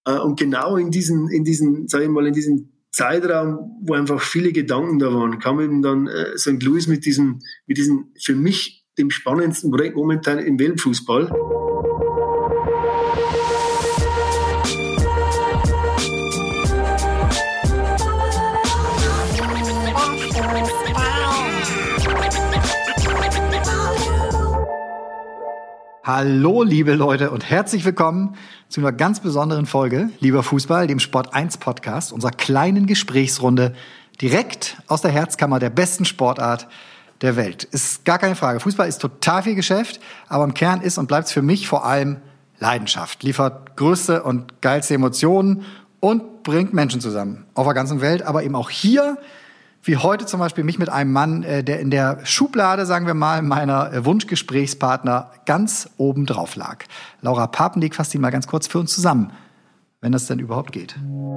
Und genau in diesen, sag ich mal, in diesem Zeitraum, wo einfach viele Gedanken da waren, kam eben dann St. Louis mit diesem für mich dem spannendsten Projekt momentan im Weltfußball. Hallo liebe Leute und herzlich willkommen zu einer ganz besonderen Folge Lieber Fußball, dem Sport1 Podcast, unserer kleinen Gesprächsrunde direkt aus der Herzkammer der besten Sportart der Welt. Ist gar keine Frage. Fußball ist total viel Geschäft, aber im Kern ist und bleibt es für mich vor allem Leidenschaft. Liefert größte und geilste Emotionen und bringt Menschen zusammen. Auf der ganzen Welt, aber eben auch hier, wie heute zum Beispiel, mich mit einem Mann, der in der Schublade, sagen wir mal, meiner Wunschgesprächspartner ganz oben drauf lag. Laura Papendiek fasst ihn mal ganz kurz für uns zusammen, wenn das denn überhaupt geht.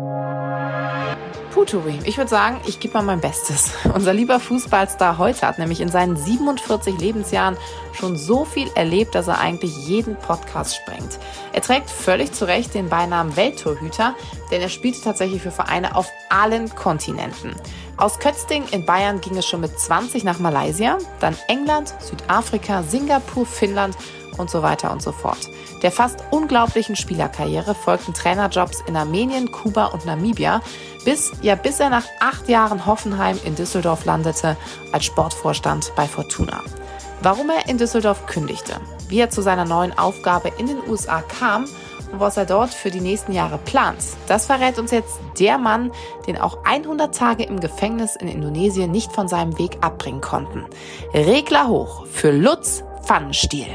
Puturi, ich würde sagen, ich gebe mal mein Bestes. Unser lieber Fußballstar heute hat nämlich in seinen 47 Lebensjahren schon so viel erlebt, dass er eigentlich jeden Podcast sprengt. Er trägt völlig zu Recht den Beinamen Welttorhüter, denn er spielte tatsächlich für Vereine auf allen Kontinenten. Aus Kötzting in Bayern ging es schon mit 20 nach Malaysia, dann England, Südafrika, Singapur, Finnland und so weiter und so fort. Der fast unglaublichen Spielerkarriere folgten Trainerjobs in Armenien, Kuba und Namibia, bis er nach 8 Jahren Hoffenheim in Düsseldorf landete als Sportvorstand bei Fortuna. Warum er in Düsseldorf kündigte, wie er zu seiner neuen Aufgabe in den USA kam und was er dort für die nächsten Jahre plant, das verrät uns jetzt der Mann, den auch 100 Tage im Gefängnis in Indonesien nicht von seinem Weg abbringen konnten. Regler hoch für Lutz Pfannenstiel.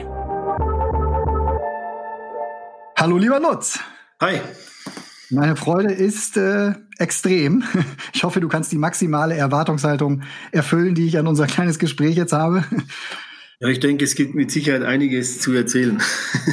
Hallo lieber Lutz. Hi. Meine Freude ist extrem. Ich hoffe, du kannst die maximale Erwartungshaltung erfüllen, die ich an unser kleines Gespräch jetzt habe. Ja, ich denke, es gibt mit Sicherheit einiges zu erzählen.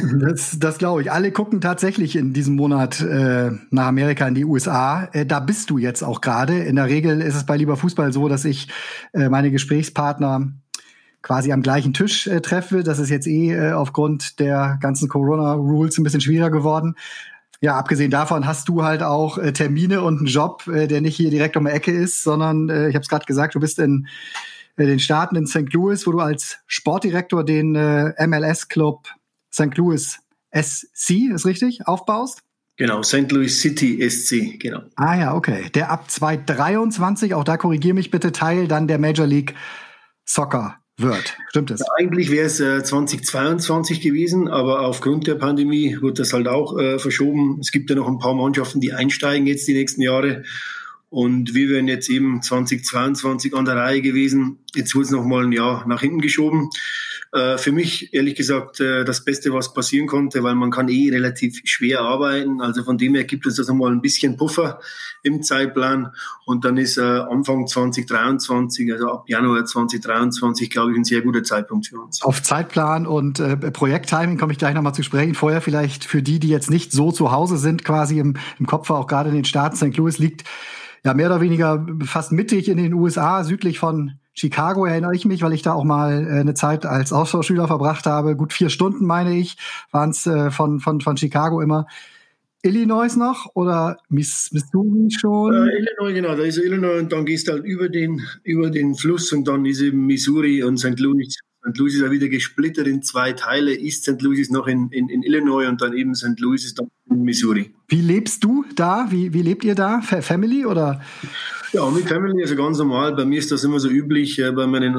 Das glaube ich. Alle gucken tatsächlich in diesem Monat nach Amerika, in die USA. Da bist du jetzt auch gerade. In der Regel ist es bei Lieber Fußball so, dass ich meine Gesprächspartner quasi am gleichen Tisch treffe. Das ist jetzt aufgrund der ganzen Corona-Rules ein bisschen schwieriger geworden. Ja, abgesehen davon hast du halt auch Termine und einen Job, der nicht hier direkt um die Ecke ist, sondern ich habe es gerade gesagt, du bist in den Staaten in St. Louis, wo du als Sportdirektor den MLS-Club St. Louis SC, ist richtig, aufbaust? Genau, St. Louis City SC, genau. Ah ja, okay. Der ab 2023, auch da korrigier mich bitte, Teil dann der Major League Soccer wird. Stimmt es? Ja, eigentlich wäre es 2022 gewesen, aber aufgrund der Pandemie wird das halt auch verschoben. Es gibt ja noch ein paar Mannschaften, die einsteigen jetzt die nächsten Jahre. Und wir wären jetzt eben 2022 an der Reihe gewesen. Jetzt wurde es nochmal ein Jahr nach hinten geschoben. Für mich, ehrlich gesagt, das Beste, was passieren konnte, weil man kann relativ schwer arbeiten. Also von dem her gibt es das nochmal ein bisschen Puffer im Zeitplan. Und dann ist Anfang 2023, also ab Januar 2023, glaube ich, ein sehr guter Zeitpunkt für uns. Auf Zeitplan und Projekttiming komme ich gleich nochmal zu sprechen. Vorher vielleicht für die jetzt nicht so zu Hause sind, quasi im Kopf, auch gerade in den Staaten. St. Louis liegt ja mehr oder weniger fast mittig in den USA, südlich von Chicago, erinnere ich mich, weil ich da auch mal eine Zeit als Austauschschüler verbracht habe. Gut 4 Stunden, meine ich, waren es von Chicago immer. Illinois noch oder Missouri schon? Illinois, genau, da ist Illinois und dann gehst du halt über den Fluss und dann ist eben Missouri und St. Louis. St. Louis ist ja wieder gesplittert in 2 Teile. East St. Louis ist noch in Illinois und dann eben St. Louis ist dann in Missouri. Wie lebst du da? Wie lebt ihr da? Family oder? Ja, mit Family, also ganz normal. Bei mir ist das immer so üblich. Bei meinen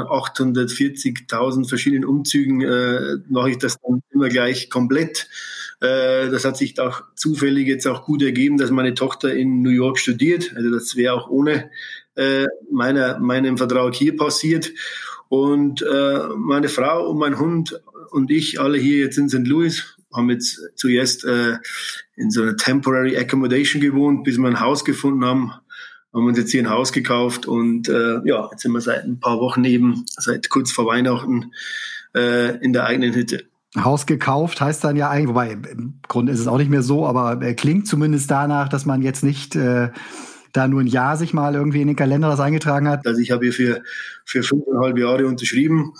840.000 verschiedenen Umzügen mache ich das dann immer gleich komplett. Das hat sich auch zufällig jetzt auch gut ergeben, dass meine Tochter in New York studiert. Also das wäre auch ohne meinem Vertrag hier passiert. Und meine Frau und mein Hund und ich alle hier jetzt in St. Louis haben jetzt zuerst in so einer Temporary Accommodation gewohnt, bis wir ein Haus gefunden haben. Haben uns jetzt hier ein Haus gekauft und jetzt sind wir seit ein paar Wochen eben, seit kurz vor Weihnachten, in der eigenen Hütte. Haus gekauft heißt dann ja eigentlich, wobei im Grunde ist es auch nicht mehr so, aber klingt zumindest danach, dass man jetzt nicht da nur ein Jahr sich mal irgendwie in den Kalender das eingetragen hat. Also ich habe hier für 5,5 Jahre unterschrieben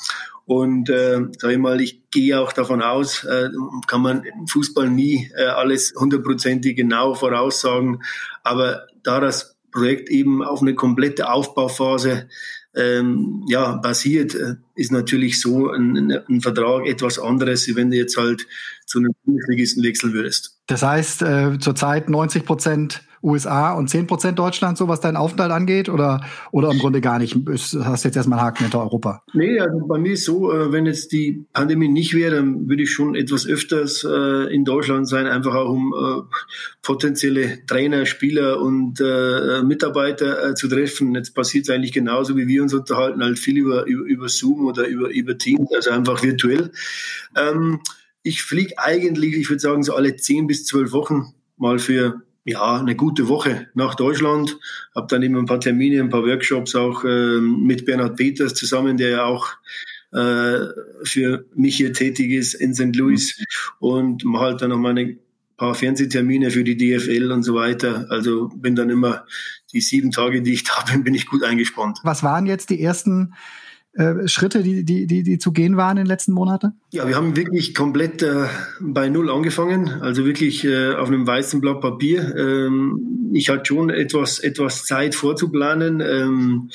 Und sag ich mal, ich gehe auch davon aus, kann man im Fußball nie alles 100% genau voraussagen. Aber da das Projekt eben auf eine komplette Aufbauphase basiert, ist natürlich so ein Vertrag etwas anderes, wie wenn du jetzt halt zu einem Bundesligisten wechseln würdest. Das heißt, zurzeit 90% USA und 10% Deutschland, so was deinen Aufenthalt angeht, oder im Grunde gar nicht? Hast jetzt erstmal einen Haken hinter Europa? Nee, also bei mir ist so, wenn jetzt die Pandemie nicht wäre, dann würde ich schon etwas öfters in Deutschland sein, einfach auch um potenzielle Trainer, Spieler und Mitarbeiter zu treffen. Jetzt passiert es eigentlich genauso, wie wir uns unterhalten, halt viel über Zoom oder über Teams, also einfach virtuell. Ich fliege eigentlich, ich würde sagen, so alle 10 bis 12 Wochen mal für eine gute Woche nach Deutschland. Habe dann eben ein paar Termine, ein paar Workshops auch mit Bernhard Peters zusammen, der ja auch für mich hier tätig ist in St. Louis, und mache halt dann noch meine paar Fernsehtermine für die DFL und so weiter. Also bin dann immer die 7 Tage, die ich da bin ich gut eingespannt. Was waren jetzt die ersten Schritte, die zu gehen waren in den letzten Monaten? Ja, wir haben wirklich komplett bei Null angefangen, also wirklich auf einem weißen Blatt Papier. Ich hatte schon etwas Zeit vorzuplanen,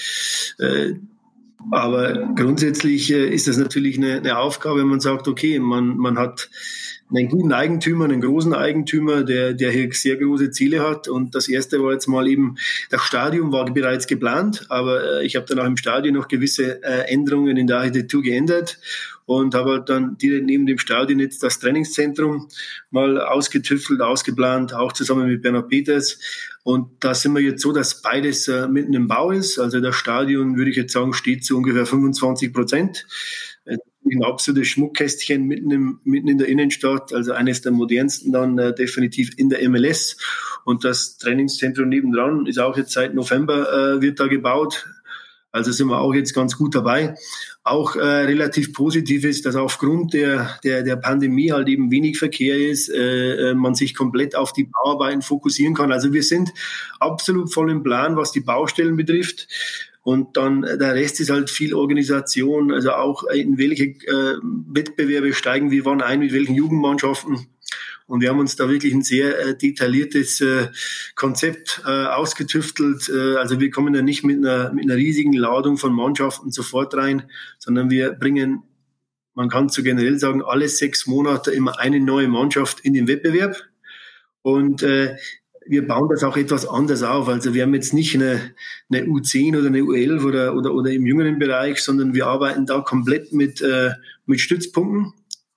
aber grundsätzlich ist das natürlich eine Aufgabe, wenn man sagt, okay, man hat einen guten Eigentümer, einen großen Eigentümer, der hier sehr große Ziele hat. Und das erste war jetzt mal eben, das Stadion war bereits geplant, aber ich habe dann auch im Stadion noch gewisse Änderungen in der Architektur geändert und habe halt dann direkt neben dem Stadion jetzt das Trainingszentrum mal ausgetüftelt, ausgeplant, auch zusammen mit Bernhard Peters. Und da sind wir jetzt so, dass beides mitten im Bau ist. Also das Stadion, würde ich jetzt sagen, steht zu ungefähr 25%. Ein absolutes Schmuckkästchen mitten in der Innenstadt, also eines der modernsten dann definitiv in der MLS. Und das Trainingszentrum nebendran ist auch jetzt seit November wird da gebaut. Also sind wir auch jetzt ganz gut dabei. Auch relativ positiv ist, dass aufgrund der Pandemie halt eben wenig Verkehr ist, man sich komplett auf die Bauarbeiten fokussieren kann. Also wir sind absolut voll im Plan, was die Baustellen betrifft. Und dann der Rest ist halt viel Organisation, also auch in welche Wettbewerbe steigen wir wann ein, mit welchen Jugendmannschaften. Und wir haben uns da wirklich ein sehr detailliertes Konzept ausgetüftelt. Also wir kommen da nicht mit einer riesigen Ladung von Mannschaften sofort rein, sondern wir bringen, man kann so generell sagen, alle 6 Monate immer eine neue Mannschaft in den Wettbewerb. Und wir bauen das auch etwas anders auf. Also wir haben jetzt nicht eine U10 oder eine U11 oder im jüngeren Bereich, sondern wir arbeiten da komplett mit Stützpunkten.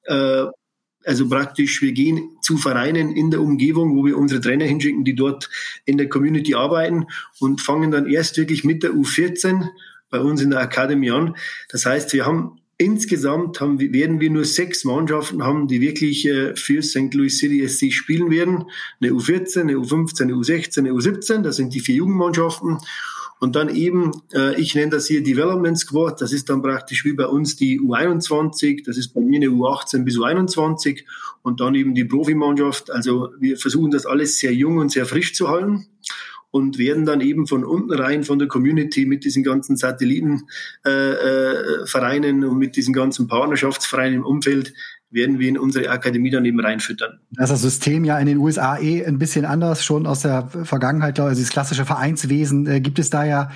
Also praktisch, wir gehen zu Vereinen in der Umgebung, wo wir unsere Trainer hinschicken, die dort in der Community arbeiten, und fangen dann erst wirklich mit der U14 bei uns in der Academy an. Das heißt, wir haben insgesamt werden wir nur 6 Mannschaften haben, die wirklich für St. Louis City SC spielen werden. Eine U14, eine U15, eine U16, eine U17, das sind die 4 Jugendmannschaften. Und dann eben, ich nenne das hier Development Squad, das ist dann praktisch wie bei uns die U21, das ist bei mir eine U18 bis U21 und dann eben die Profimannschaft. Also wir versuchen das alles sehr jung und sehr frisch zu halten. Und werden dann eben von unten rein, von der Community mit diesen ganzen Satellitenvereinen und mit diesen ganzen Partnerschaftsvereinen im Umfeld, werden wir in unsere Akademie dann eben reinfüttern. Das ist das System ja in den USA ein bisschen anders, schon aus der Vergangenheit. Also das klassische Vereinswesen gibt es da ja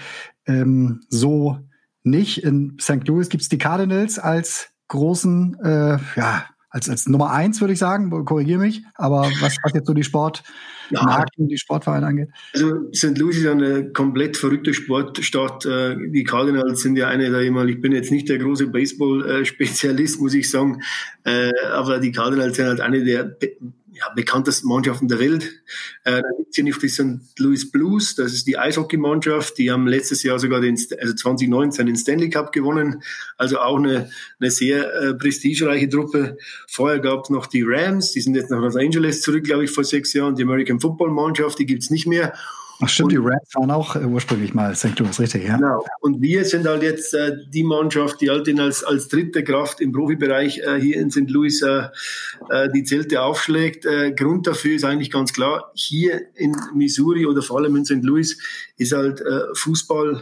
so nicht. In St. Louis gibt es die Cardinals als großen, als Nummer 1, würde ich sagen, korrigiere mich. Aber was jetzt so die Sportmarken, die Sportvereine angeht? Also St. Louis ist eine komplett verrückte Sportstadt. Die Cardinals sind ja ich bin jetzt nicht der große Baseball-Spezialist, muss ich sagen, aber die Cardinals sind halt eine der bekanntesten Mannschaften der Welt. Da gibt es hier nicht die St. Louis Blues, das ist die Eishockeymannschaft, die haben letztes Jahr sogar 2019 den Stanley Cup gewonnen, also auch eine sehr prestigereiche Truppe. Vorher gab es noch die Rams, die sind jetzt nach Los Angeles zurück, glaube ich, vor 6 Jahren. Die American Football Mannschaft, die gibt es nicht mehr. Ach stimmt, die Rams waren auch ursprünglich mal St. Louis, richtig, ja. Genau. Und wir sind halt jetzt die Mannschaft, die halt als dritte Kraft im Profibereich hier in St. Louis die Zelte aufschlägt. Grund dafür ist eigentlich ganz klar, hier in Missouri oder vor allem in St. Louis ist halt Fußball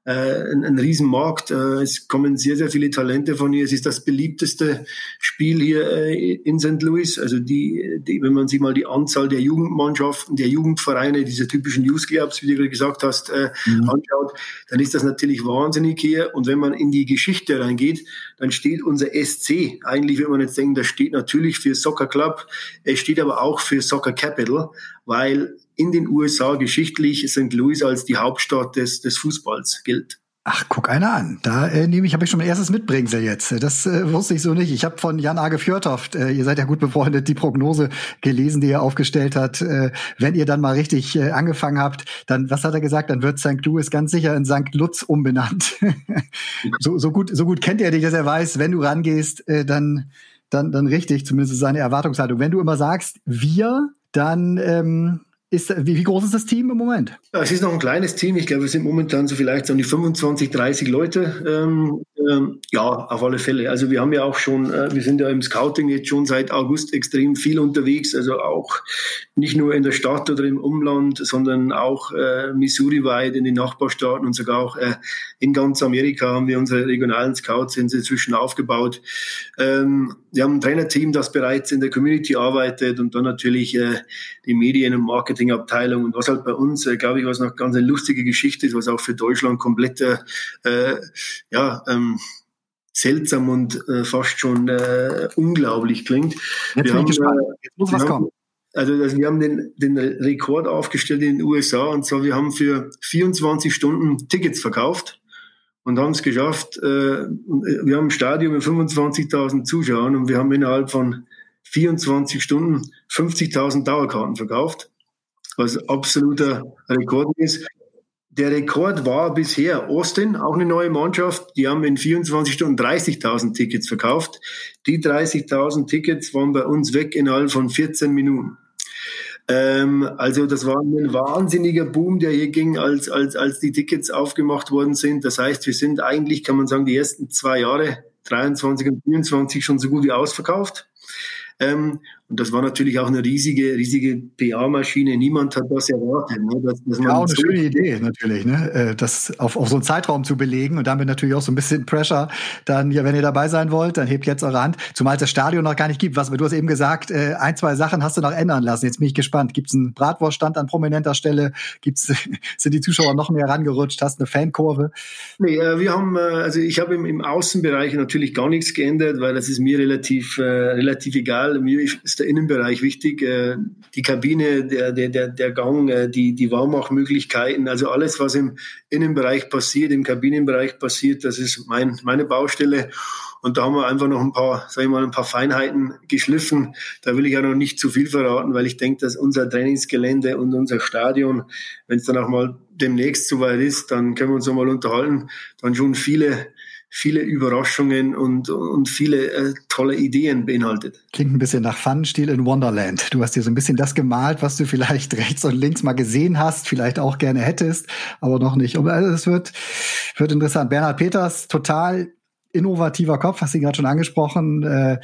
ein Riesenmarkt. Es kommen sehr, sehr viele Talente von hier. Es ist das beliebteste Spiel hier in St. Louis. Also wenn man sich mal die Anzahl der Jugendmannschaften, der Jugendvereine, diese typischen Youth Clubs, wie du gerade gesagt hast, anschaut, dann ist das natürlich wahnsinnig hier. Und wenn man in die Geschichte reingeht, dann steht unser SC, eigentlich würde man jetzt denken, das steht natürlich für Soccer Club, es steht aber auch für Soccer Capital, weil in den USA geschichtlich St. Louis als die Hauptstadt des Fußballs gilt. Ach, guck einer an. Da habe ich schon mein erstes Mitbringsel jetzt. Das wusste ich so nicht. Ich habe von Jan-Age Fjørtoft, ihr seid ja gut befreundet, die Prognose gelesen, die er aufgestellt hat. Wenn ihr dann mal richtig angefangen habt, dann, was hat er gesagt? Dann wird St. Louis ganz sicher in St. Lutz umbenannt. so gut kennt er dich, dass er weiß, wenn du rangehst, dann richtig, zumindest seine Erwartungshaltung. Wenn du immer sagst, wir, dann wie groß ist das Team im Moment? Ja, es ist noch ein kleines Team. Ich glaube, wir sind momentan so vielleicht so an die 25, 30 Leute. Ja, auf alle Fälle. Also wir haben ja auch schon, wir sind ja im Scouting jetzt schon seit August extrem viel unterwegs. Also auch nicht nur in der Stadt oder im Umland, sondern auch Missouri-weit in den Nachbarstaaten und sogar auch in ganz Amerika haben wir unsere regionalen Scouts inzwischen aufgebaut. Wir haben ein Trainerteam, das bereits in der Community arbeitet und dann natürlich die Medien- und Marketingabteilung. Und was halt bei uns, glaube ich, was noch ganz eine lustige Geschichte ist, was auch für Deutschland komplett seltsam und fast schon unglaublich klingt. Jetzt bin ich gespannt. Jetzt muss was kommen. Also wir haben den Rekord aufgestellt in den USA, und zwar wir haben für 24 Stunden Tickets verkauft und haben es geschafft. Wir haben ein Stadion mit 25.000 Zuschauern und wir haben innerhalb von 24 Stunden 50.000 Dauerkarten verkauft, was absoluter Rekord ist. Der Rekord war bisher Austin, auch eine neue Mannschaft. Die haben in 24 Stunden 30.000 Tickets verkauft. Die 30.000 Tickets waren bei uns weg innerhalb von 14 Minuten. Also das war ein wahnsinniger Boom, der hier ging, als die Tickets aufgemacht worden sind. Das heißt, wir sind eigentlich, kann man sagen, die ersten 2 Jahre, 23 und 24, schon so gut wie ausverkauft. Und das war natürlich auch eine riesige PR-Maschine. Niemand hat das erwartet. Ne? Dass man ja, auch eine schöne Idee natürlich, ne? Das auf so einen Zeitraum zu belegen und damit natürlich auch so ein bisschen Pressure. Dann, ja, wenn ihr dabei sein wollt, dann hebt jetzt eure Hand. Zumal es das Stadion noch gar nicht gibt. Du hast eben gesagt, 1, 2 Sachen hast du noch ändern lassen. Jetzt bin ich gespannt. Gibt es einen Bratwurststand an prominenter Stelle? Sind die Zuschauer noch mehr rangerutscht? Hast du eine Fankurve? Nee, wir haben, ich habe im Außenbereich natürlich gar nichts geändert, weil das ist mir relativ egal. Mir ist der Innenbereich wichtig, die Kabine, der Gang, die Warmachmöglichkeiten, also alles, was im Innenbereich passiert, im Kabinenbereich passiert, das ist meine Baustelle. Und da haben wir einfach noch ein paar Feinheiten geschliffen. Da will ich ja noch nicht zu viel verraten, weil ich denke, dass unser Trainingsgelände und unser Stadion, wenn es dann auch mal demnächst soweit ist, dann können wir uns noch mal unterhalten, dann schon viele Überraschungen und viele tolle Ideen beinhaltet. Klingt ein bisschen nach Pfannenstiel in Wonderland. Du hast dir so ein bisschen das gemalt, was du vielleicht rechts und links mal gesehen hast, vielleicht auch gerne hättest, aber noch nicht. Also es wird interessant. Bernhard Peters, total innovativer Kopf, hast du ihn gerade schon angesprochen.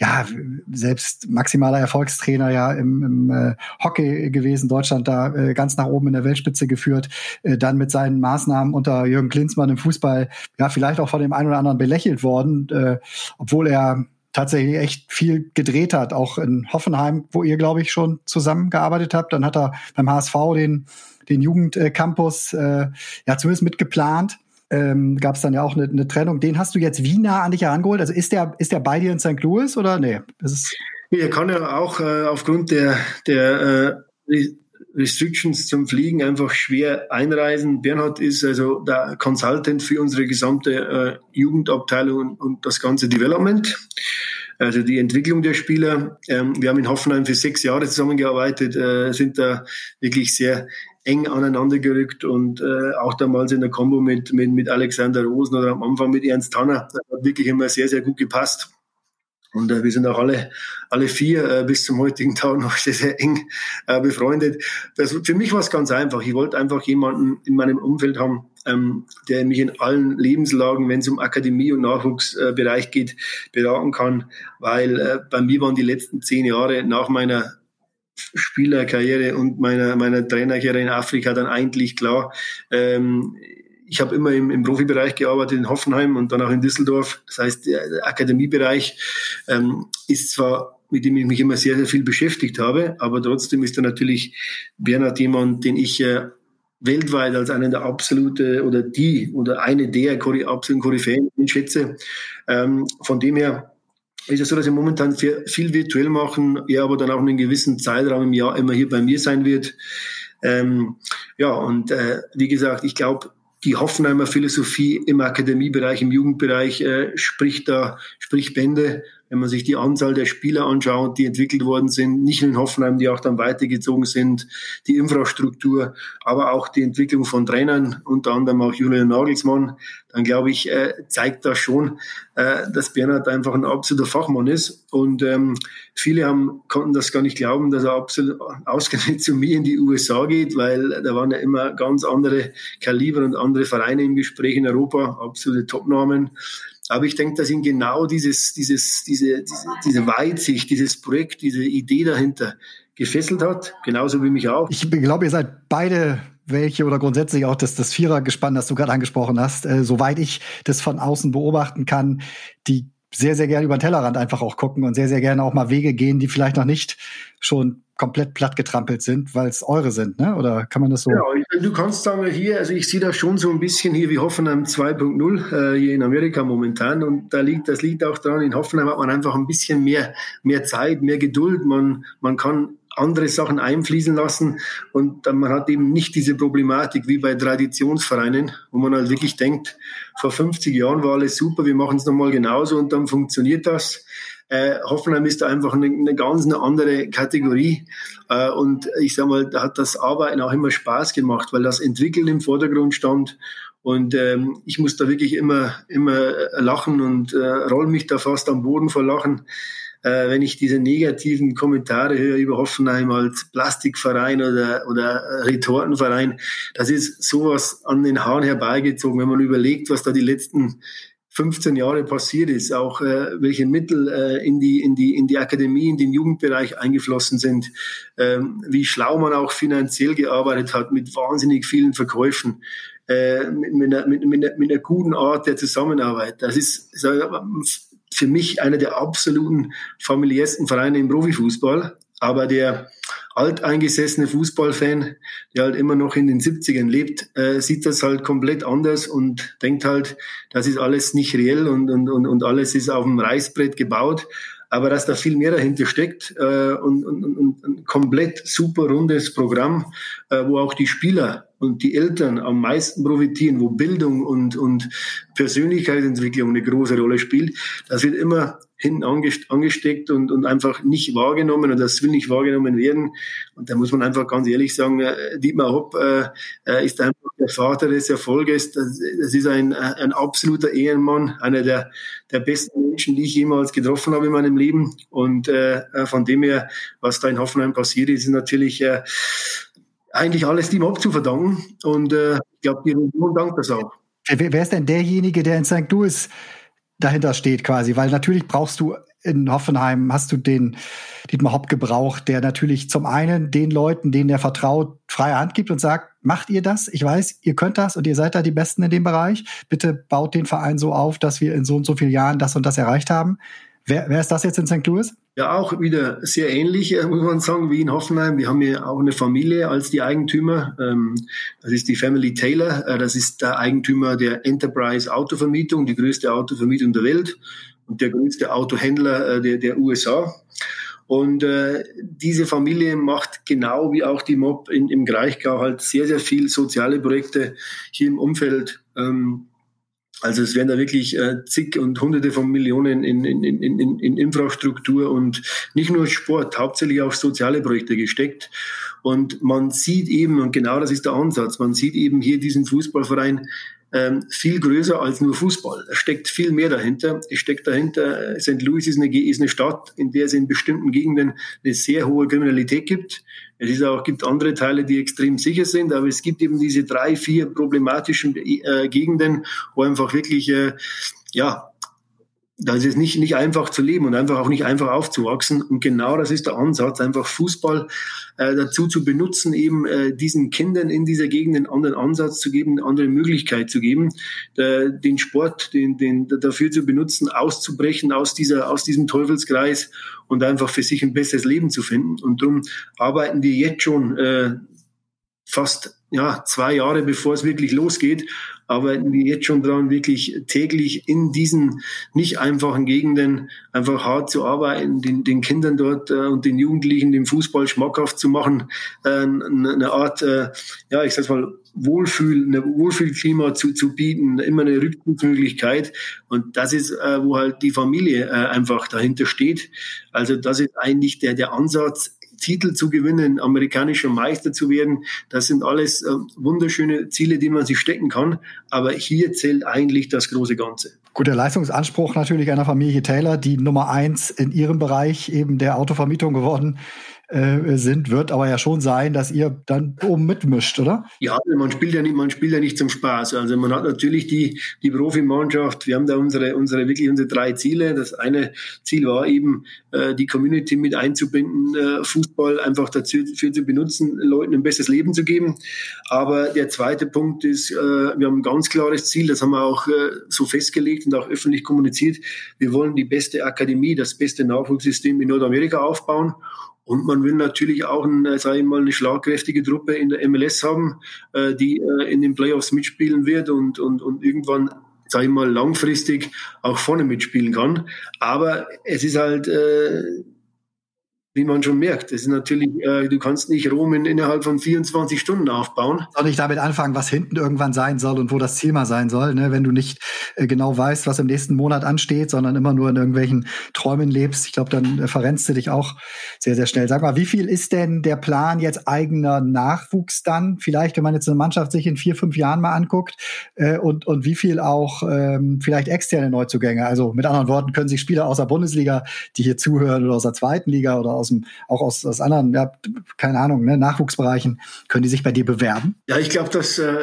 Selbst maximaler Erfolgstrainer ja im Hockey gewesen, Deutschland da ganz nach oben in der Weltspitze geführt, dann mit seinen Maßnahmen unter Jürgen Klinsmann im Fußball, ja, vielleicht auch von dem einen oder anderen belächelt worden, obwohl er tatsächlich echt viel gedreht hat, auch in Hoffenheim, wo ihr, glaube ich, schon zusammengearbeitet habt. Dann hat er beim HSV den Jugendcampus zumindest mitgeplant. Gab es dann ja auch eine Trennung. Den hast du jetzt wie nah an dich herangeholt? Also ist der bei dir in St. Louis oder nee? Er kann ja auch aufgrund der Restrictions zum Fliegen einfach schwer einreisen. Bernhard ist also der Consultant für unsere gesamte Jugendabteilung und das ganze Development, also die Entwicklung der Spieler. Wir haben in Hoffenheim für 6 Jahre zusammengearbeitet, sind da wirklich sehr eng aneinander gerückt und auch damals in der Kombo mit Alexander Rosen oder am Anfang mit Ernst Tanner. Das hat wirklich immer sehr, sehr gut gepasst. Und wir sind auch alle 4 bis zum heutigen Tag noch sehr, sehr eng befreundet. Für mich war es ganz einfach. Ich wollte einfach jemanden in meinem Umfeld haben, der mich in allen Lebenslagen, wenn es um Akademie- und Nachwuchsbereich geht, beraten kann. Weil bei mir waren die letzten 10 Jahre nach meiner Spielerkarriere und meiner Trainerkarriere in Afrika dann eigentlich klar, ich habe immer im Profibereich gearbeitet, in Hoffenheim und dann auch in Düsseldorf. Das heißt, der Akademiebereich ist zwar, mit dem ich mich immer sehr, sehr viel beschäftigt habe, aber trotzdem ist da natürlich Bernhard jemand, den ich weltweit als einen der absolute oder eine der absoluten Koryphäen schätze. Von dem her ist es so, dass wir momentan viel virtuell machen, er aber dann auch einen gewissen Zeitraum im Jahr immer hier bei mir sein wird. Wie gesagt, ich glaube, die Hoffenheimer Philosophie im Akademiebereich, im Jugendbereich spricht Bände. Wenn man sich die Anzahl der Spieler anschaut, die entwickelt worden sind, nicht nur in Hoffenheim, die auch dann weitergezogen sind, die Infrastruktur, aber auch die Entwicklung von Trainern, unter anderem auch Julian Nagelsmann, dann glaube ich, zeigt das schon, dass Bernhard einfach ein absoluter Fachmann ist. Und viele konnten das gar nicht glauben, dass er absolut ausgerechnet zu mir in die USA geht, weil da waren ja immer ganz andere Kaliber und andere Vereine im Gespräch in Europa, absolute Topnamen. Aber ich denke, dass ihn genau diese Weitsicht, dieses Projekt, diese Idee dahinter gefesselt hat, genauso wie mich auch. Ich glaube, ihr seid beide welche oder grundsätzlich auch das Vierergespann, das du gerade angesprochen hast, soweit ich das von außen beobachten kann, die sehr, sehr gerne über den Tellerrand einfach auch gucken und sehr, sehr gerne auch mal Wege gehen, die vielleicht noch nicht schon komplett platt getrampelt sind, weil es eure sind, ne? Oder kann man das so? Ja, du kannst sagen, hier, also ich sehe das schon so ein bisschen hier wie Hoffenheim 2.0 hier in Amerika momentan, und das liegt auch daran, in Hoffenheim hat man einfach ein bisschen mehr Zeit, mehr Geduld, man kann andere Sachen einfließen lassen und man hat eben nicht diese Problematik wie bei Traditionsvereinen, wo man halt wirklich denkt, vor 50 Jahren war alles super, wir machen es nochmal genauso und dann funktioniert das. Hoffenheim ist da einfach eine ganz andere Kategorie, und ich sag mal, da hat das Arbeiten auch immer Spaß gemacht, weil das Entwickeln im Vordergrund stand, und ich muss da wirklich immer lachen und roll mich da fast am Boden vor Lachen, wenn ich diese negativen Kommentare höre über Hoffenheim als Plastikverein oder Retortenverein. Das ist sowas an den Haaren herbeigezogen, wenn man überlegt, was da die letzten 15 Jahre passiert ist, auch welche Mittel in die Akademie, in den Jugendbereich eingeflossen sind, wie schlau man auch finanziell gearbeitet hat mit wahnsinnig vielen Verkäufen, mit einer guten Art der Zusammenarbeit. Das ist für mich einer der absoluten familiärsten Vereine im Profifußball, aber der alteingesessene Fußballfan, der halt immer noch in den 70ern lebt, sieht das halt komplett anders und denkt halt, das ist alles nicht reell und alles ist auf dem Reißbrett gebaut. Aber dass da viel mehr dahinter steckt und ein komplett super rundes Programm, wo auch die Spieler und die Eltern am meisten profitieren, wo Bildung und Persönlichkeitsentwicklung eine große Rolle spielt, das wird immer hinten angesteckt und einfach nicht wahrgenommen, und das will nicht wahrgenommen werden. Und da muss man einfach ganz ehrlich sagen, Dietmar Hopp ist einfach der Vater des Erfolges. Das ist ein absoluter Ehrenmann, einer der besten Menschen, die ich jemals getroffen habe in meinem Leben. Und von dem her, was da in Hoffenheim passiert ist natürlich eigentlich alles dem Hopp zu verdanken. Und ich glaube, die Region dankt das auch. Wer ist denn derjenige, der in St. Louis dahinter steht quasi? Weil natürlich brauchst du in Hoffenheim, hast du den Dietmar Hopp gebraucht, der natürlich zum einen den Leuten, denen er vertraut, freie Hand gibt und sagt, macht ihr das? Ich weiß, ihr könnt das und ihr seid da die Besten in dem Bereich. Bitte baut den Verein so auf, dass wir in so und so vielen Jahren das und das erreicht haben. Wer ist das jetzt in St. Louis? Ja, auch wieder sehr ähnlich, muss man sagen, wie in Hoffenheim. Wir haben ja auch eine Familie als die Eigentümer. Das ist die Family Taylor. Das ist der Eigentümer der Enterprise Autovermietung, die größte Autovermietung der Welt und der größte Autohändler der USA. Und diese Familie macht genau wie auch die MOB im Kraichgau halt sehr, sehr viel soziale Projekte hier im Umfeld. Also es werden da wirklich zig und Hunderte von Millionen in Infrastruktur und nicht nur Sport, hauptsächlich auch soziale Projekte gesteckt. Und man sieht eben, und genau das ist der Ansatz, man sieht eben hier diesen Fußballverein viel größer als nur Fußball. Es steckt viel mehr dahinter. Es steckt dahinter, St. Louis ist eine Stadt, in der es in bestimmten Gegenden eine sehr hohe Kriminalität gibt. Gibt andere Teile, die extrem sicher sind, aber es gibt eben diese 3, 4 problematischen Gegenden, wo einfach wirklich da ist es nicht einfach zu leben und einfach auch nicht einfach aufzuwachsen. Und genau das ist der Ansatz, einfach Fußball dazu zu benutzen, eben diesen Kindern in dieser Gegend einen anderen Ansatz zu geben, eine andere Möglichkeit zu geben, den Sport dafür zu benutzen, auszubrechen aus diesem Teufelskreis und einfach für sich ein besseres Leben zu finden. Und darum arbeiten wir jetzt schon fast 2 Jahre, bevor es wirklich losgeht, arbeiten wir jetzt schon dran, wirklich täglich in diesen nicht einfachen Gegenden einfach hart zu arbeiten, den Kindern dort und den Jugendlichen den Fußball schmackhaft zu machen, eine Art, ich sag's mal, Wohlfühlklima zu bieten, immer eine Rückzugsmöglichkeit. Und das ist, wo halt die Familie einfach dahinter steht. Also das ist eigentlich der Ansatz, Titel zu gewinnen, amerikanischer Meister zu werden. Das sind alles wunderschöne Ziele, die man sich stecken kann. Aber hier zählt eigentlich das große Ganze. Gut, der Leistungsanspruch natürlich einer Familie Taylor, die Nummer 1 in ihrem Bereich eben der Autovermietung geworden wird aber ja schon sein, dass ihr dann oben mitmischt, oder? Ja, man spielt ja nicht zum Spaß. Also man hat natürlich die Profimannschaft. Wir haben da unsere 3 Ziele. Das eine Ziel war eben, die Community mit einzubinden, Fußball einfach dafür zu benutzen, Leuten ein besseres Leben zu geben. Aber der zweite Punkt ist, wir haben ein ganz klares Ziel, das haben wir auch so festgelegt und auch öffentlich kommuniziert. Wir wollen die beste Akademie, das beste Nachwuchssystem in Nordamerika aufbauen. Und man will natürlich auch eine schlagkräftige Truppe in der MLS haben, die in den Playoffs mitspielen wird und irgendwann, langfristig auch vorne mitspielen kann. Aber es ist halt, wie man schon merkt, es ist natürlich, du kannst nicht Rom innerhalb von 24 Stunden aufbauen. Soll ich damit anfangen, was hinten irgendwann sein soll und wo das Ziel mal sein soll, ne? Wenn du nicht genau weißt, was im nächsten Monat ansteht, sondern immer nur in irgendwelchen Träumen lebst, ich glaube, dann verrennst du dich auch sehr, sehr schnell. Sag mal, wie viel ist denn der Plan jetzt eigener Nachwuchs dann? Vielleicht, wenn man jetzt eine Mannschaft sich in 4-5 Jahren mal anguckt und wie viel auch vielleicht externe Neuzugänge? Also mit anderen Worten, können sich Spieler aus der Bundesliga, die hier zuhören, oder aus der zweiten Liga oder aus anderen, keine Ahnung, Nachwuchsbereichen, können die sich bei dir bewerben? Ja, ich glaube,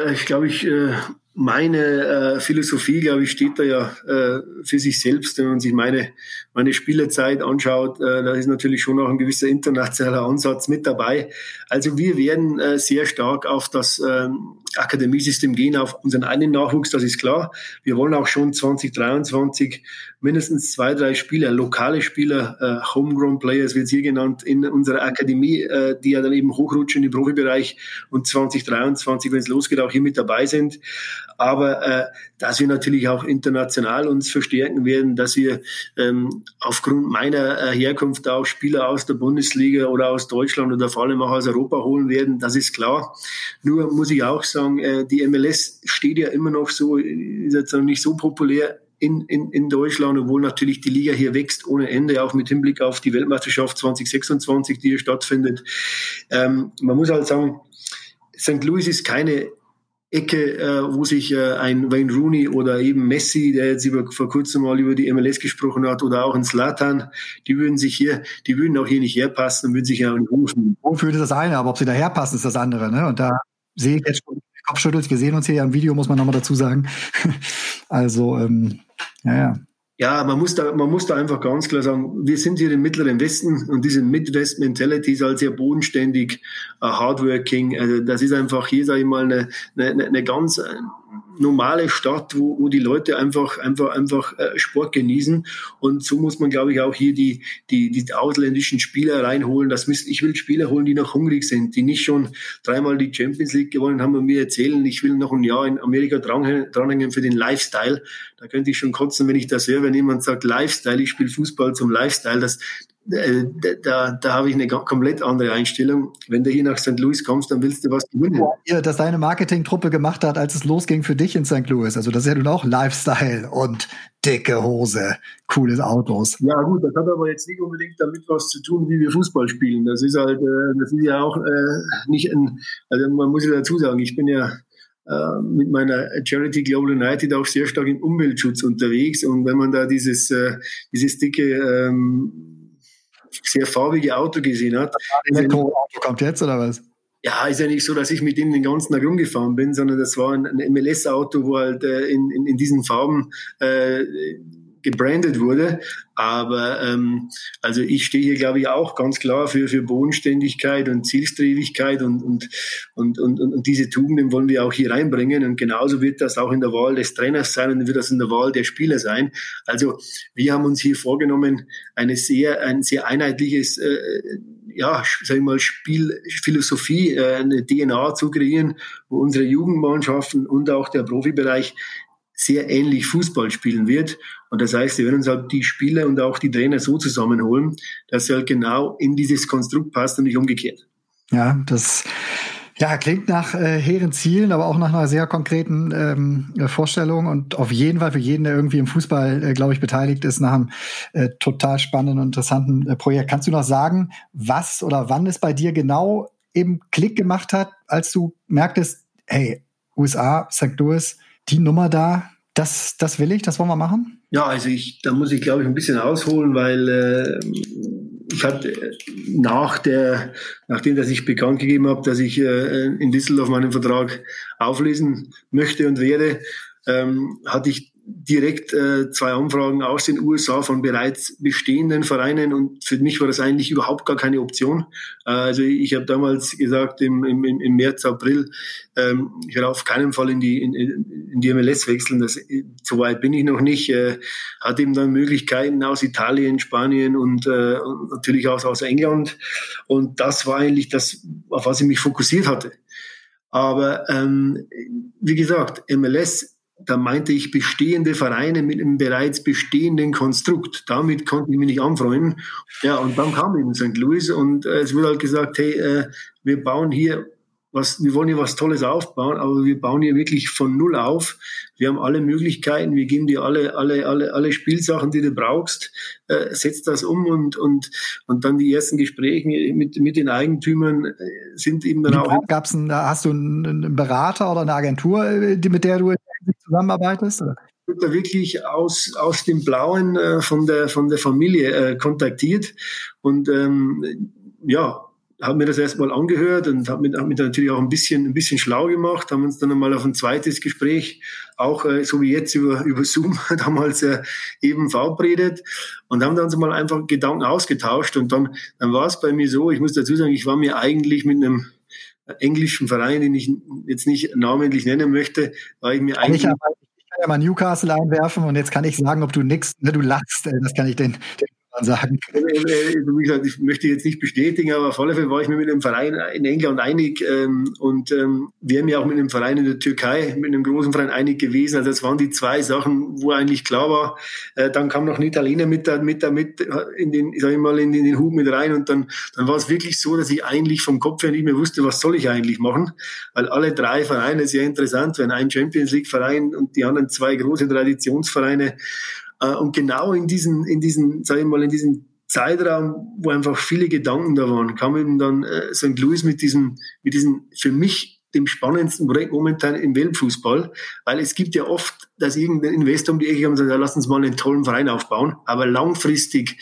meine Philosophie, steht da ja für sich selbst. Wenn man sich meine Spielerzeit anschaut, da ist natürlich schon auch ein gewisser internationaler Ansatz mit dabei. Also wir werden sehr stark auf das Akademiesystem gehen, auf unseren eigenen Nachwuchs, das ist klar. Wir wollen auch schon 2023 mindestens 2-3 Spieler, lokale Spieler, Homegrown Players wird es hier genannt, in unserer Akademie, die ja dann eben hochrutschen im Profibereich und 2023, wenn es losgeht, auch hier mit dabei sind. Aber dass wir natürlich auch international uns verstärken werden, dass wir aufgrund meiner Herkunft auch Spieler aus der Bundesliga oder aus Deutschland oder vor allem auch aus Europa holen werden, das ist klar. Nur muss ich auch sagen, die MLS steht ja immer noch so, ist jetzt noch nicht so populär in Deutschland, obwohl natürlich die Liga hier wächst ohne Ende, auch mit Hinblick auf die Weltmeisterschaft 2026, die hier stattfindet. Man muss halt sagen, St. Louis ist keine Ecke, wo sich ein Wayne Rooney oder eben Messi, der jetzt vor kurzem mal über die MLS gesprochen hat, oder auch ein Zlatan, die würden auch hier nicht herpassen und würden sich ja nicht rufen. Wofür ist das eine, aber ob sie da herpassen, ist das andere, ne? Und da sehe ich jetzt schon Kopfschüttelt. Wir sehen uns hier ja im Video, muss man nochmal dazu sagen. Also, ja. Ja, man muss da einfach ganz klar sagen, wir sind hier im Mittleren Westen und diese Midwest-Mentality ist halt sehr bodenständig, hardworking. Also das ist einfach hier, sage ich mal, eine ganz normale Stadt, wo die Leute einfach Sport genießen. Und so muss man, glaube ich, auch hier die ausländischen Spieler reinholen. Ich will Spieler holen, die noch hungrig sind, die nicht schon 3-mal die Champions League gewonnen haben und mir erzählen, ich will noch ein Jahr in Amerika dranhängen für den Lifestyle. Da könnte ich schon kotzen, wenn ich das höre, wenn jemand sagt Lifestyle, ich spiele Fußball zum Lifestyle. Da habe ich eine komplett andere Einstellung. Wenn du hier nach St. Louis kommst, dann willst du was gewinnen. Ja, dass deine Marketingtruppe gemacht hat, als es losging für dich in St. Louis. Also das ist ja nun auch Lifestyle und dicke Hose, coole Autos. Ja gut, das hat aber jetzt nicht unbedingt damit was zu tun, wie wir Fußball spielen. Das ist halt, das ist ja auch nicht also man muss ja dazu sagen, ich bin ja mit meiner Charity Global United auch sehr stark im Umweltschutz unterwegs. Und wenn man da dieses dicke sehr farbige Auto gesehen hat. Das Elektroauto kommt jetzt, oder was? Ja, ist ja nicht so, dass ich mit ihm den ganzen Tag rumgefahren bin, sondern das war ein MLS-Auto, wo halt in diesen Farben gebrandet wurde. Aber also ich stehe hier, glaube ich, auch ganz klar für Bodenständigkeit und Zielstrebigkeit und diese Tugenden wollen wir auch hier reinbringen. Und genauso wird das auch in der Wahl des Trainers sein und wird das in der Wahl der Spieler sein. Also wir haben uns hier vorgenommen, ein sehr einheitliches sag ich mal, Spielphilosophie, eine DNA zu kreieren, wo unsere Jugendmannschaften und auch der Profibereich sehr ähnlich Fußball spielen wird. Und das heißt, wir werden uns halt die Spieler und auch die Trainer so zusammenholen, dass sie halt genau in dieses Konstrukt passt und nicht umgekehrt. Ja, das klingt nach hehren Zielen, aber auch nach einer sehr konkreten Vorstellung und auf jeden Fall für jeden, der irgendwie im Fußball, glaube ich, beteiligt ist, nach einem total spannenden und interessanten Projekt. Kannst du noch sagen, was oder wann es bei dir genau eben Klick gemacht hat, als du merktest, hey, USA, St. Louis, die Nummer da, das will ich, das wollen wir machen? Ja, also da muss ich, glaube ich, ein bisschen ausholen, weil ich hatte nachdem, dass ich bekannt gegeben habe, dass ich in Düsseldorf meinen Vertrag auflösen möchte und werde, hatte ich direkt 2 Anfragen aus den USA von bereits bestehenden Vereinen und für mich war das eigentlich überhaupt gar keine Option. Also ich habe damals gesagt, im März, April, ich werde auf keinen Fall in die MLS wechseln, so weit bin ich noch nicht. Hatte eben dann Möglichkeiten aus Italien, Spanien und natürlich auch aus England und das war eigentlich das, auf was ich mich fokussiert hatte. Aber wie gesagt, MLS, da meinte ich bestehende Vereine mit einem bereits bestehenden Konstrukt. Damit konnte ich mich nicht anfreunden. Ja, und dann kam eben St. Louis und es wurde halt gesagt, hey, wir bauen hier wir wollen hier was Tolles aufbauen, aber wir bauen hier wirklich von Null auf. Wir haben alle Möglichkeiten, wir geben dir alle Spielsachen, die du brauchst, setz das um und dann die ersten Gespräche mit den Eigentümern sind eben dann auch. Hast du einen Berater oder eine Agentur, mit der du zusammenarbeitest? Oder? Ich wurde da wirklich aus dem Blauen von der Familie kontaktiert und habe mir das erstmal angehört und habe mich natürlich auch ein bisschen schlau gemacht, haben uns dann einmal auf ein zweites Gespräch, auch so wie jetzt über Zoom damals eben verabredet und haben dann so mal einfach Gedanken ausgetauscht und dann war es bei mir so, ich muss dazu sagen, ich war mir eigentlich mit einem englischen Verein, den ich jetzt nicht namentlich nennen möchte, war ich mir eigentlich... Ich kann ja mal Newcastle einwerfen und jetzt kann ich sagen, ob du du lachst, das kann ich den sagen. Wie gesagt, ich möchte jetzt nicht bestätigen, aber auf alle Fälle war ich mir mit einem Verein in England einig und wir haben ja auch mit einem Verein in der Türkei, mit einem großen Verein einig gewesen. Also das waren die 2 Sachen, wo eigentlich klar war. Dann kam noch ein Italiener mit in den Hut mit rein und dann war es wirklich so, dass ich eigentlich vom Kopf her nicht mehr wusste, was soll ich eigentlich machen, weil alle 3 Vereine sehr interessant wären. Ein Champions League Verein und die anderen 2 große Traditionsvereine. Und genau in diesen, sag ich mal, in diesem Zeitraum, wo einfach viele Gedanken da waren, kam eben dann St. Louis mit diesem für mich dem spannendsten Projekt momentan im Weltfußball, weil es gibt ja oft, dass irgendein Investor um die Ecke kommt und sagt, ja, lass uns mal einen tollen Verein aufbauen, aber langfristig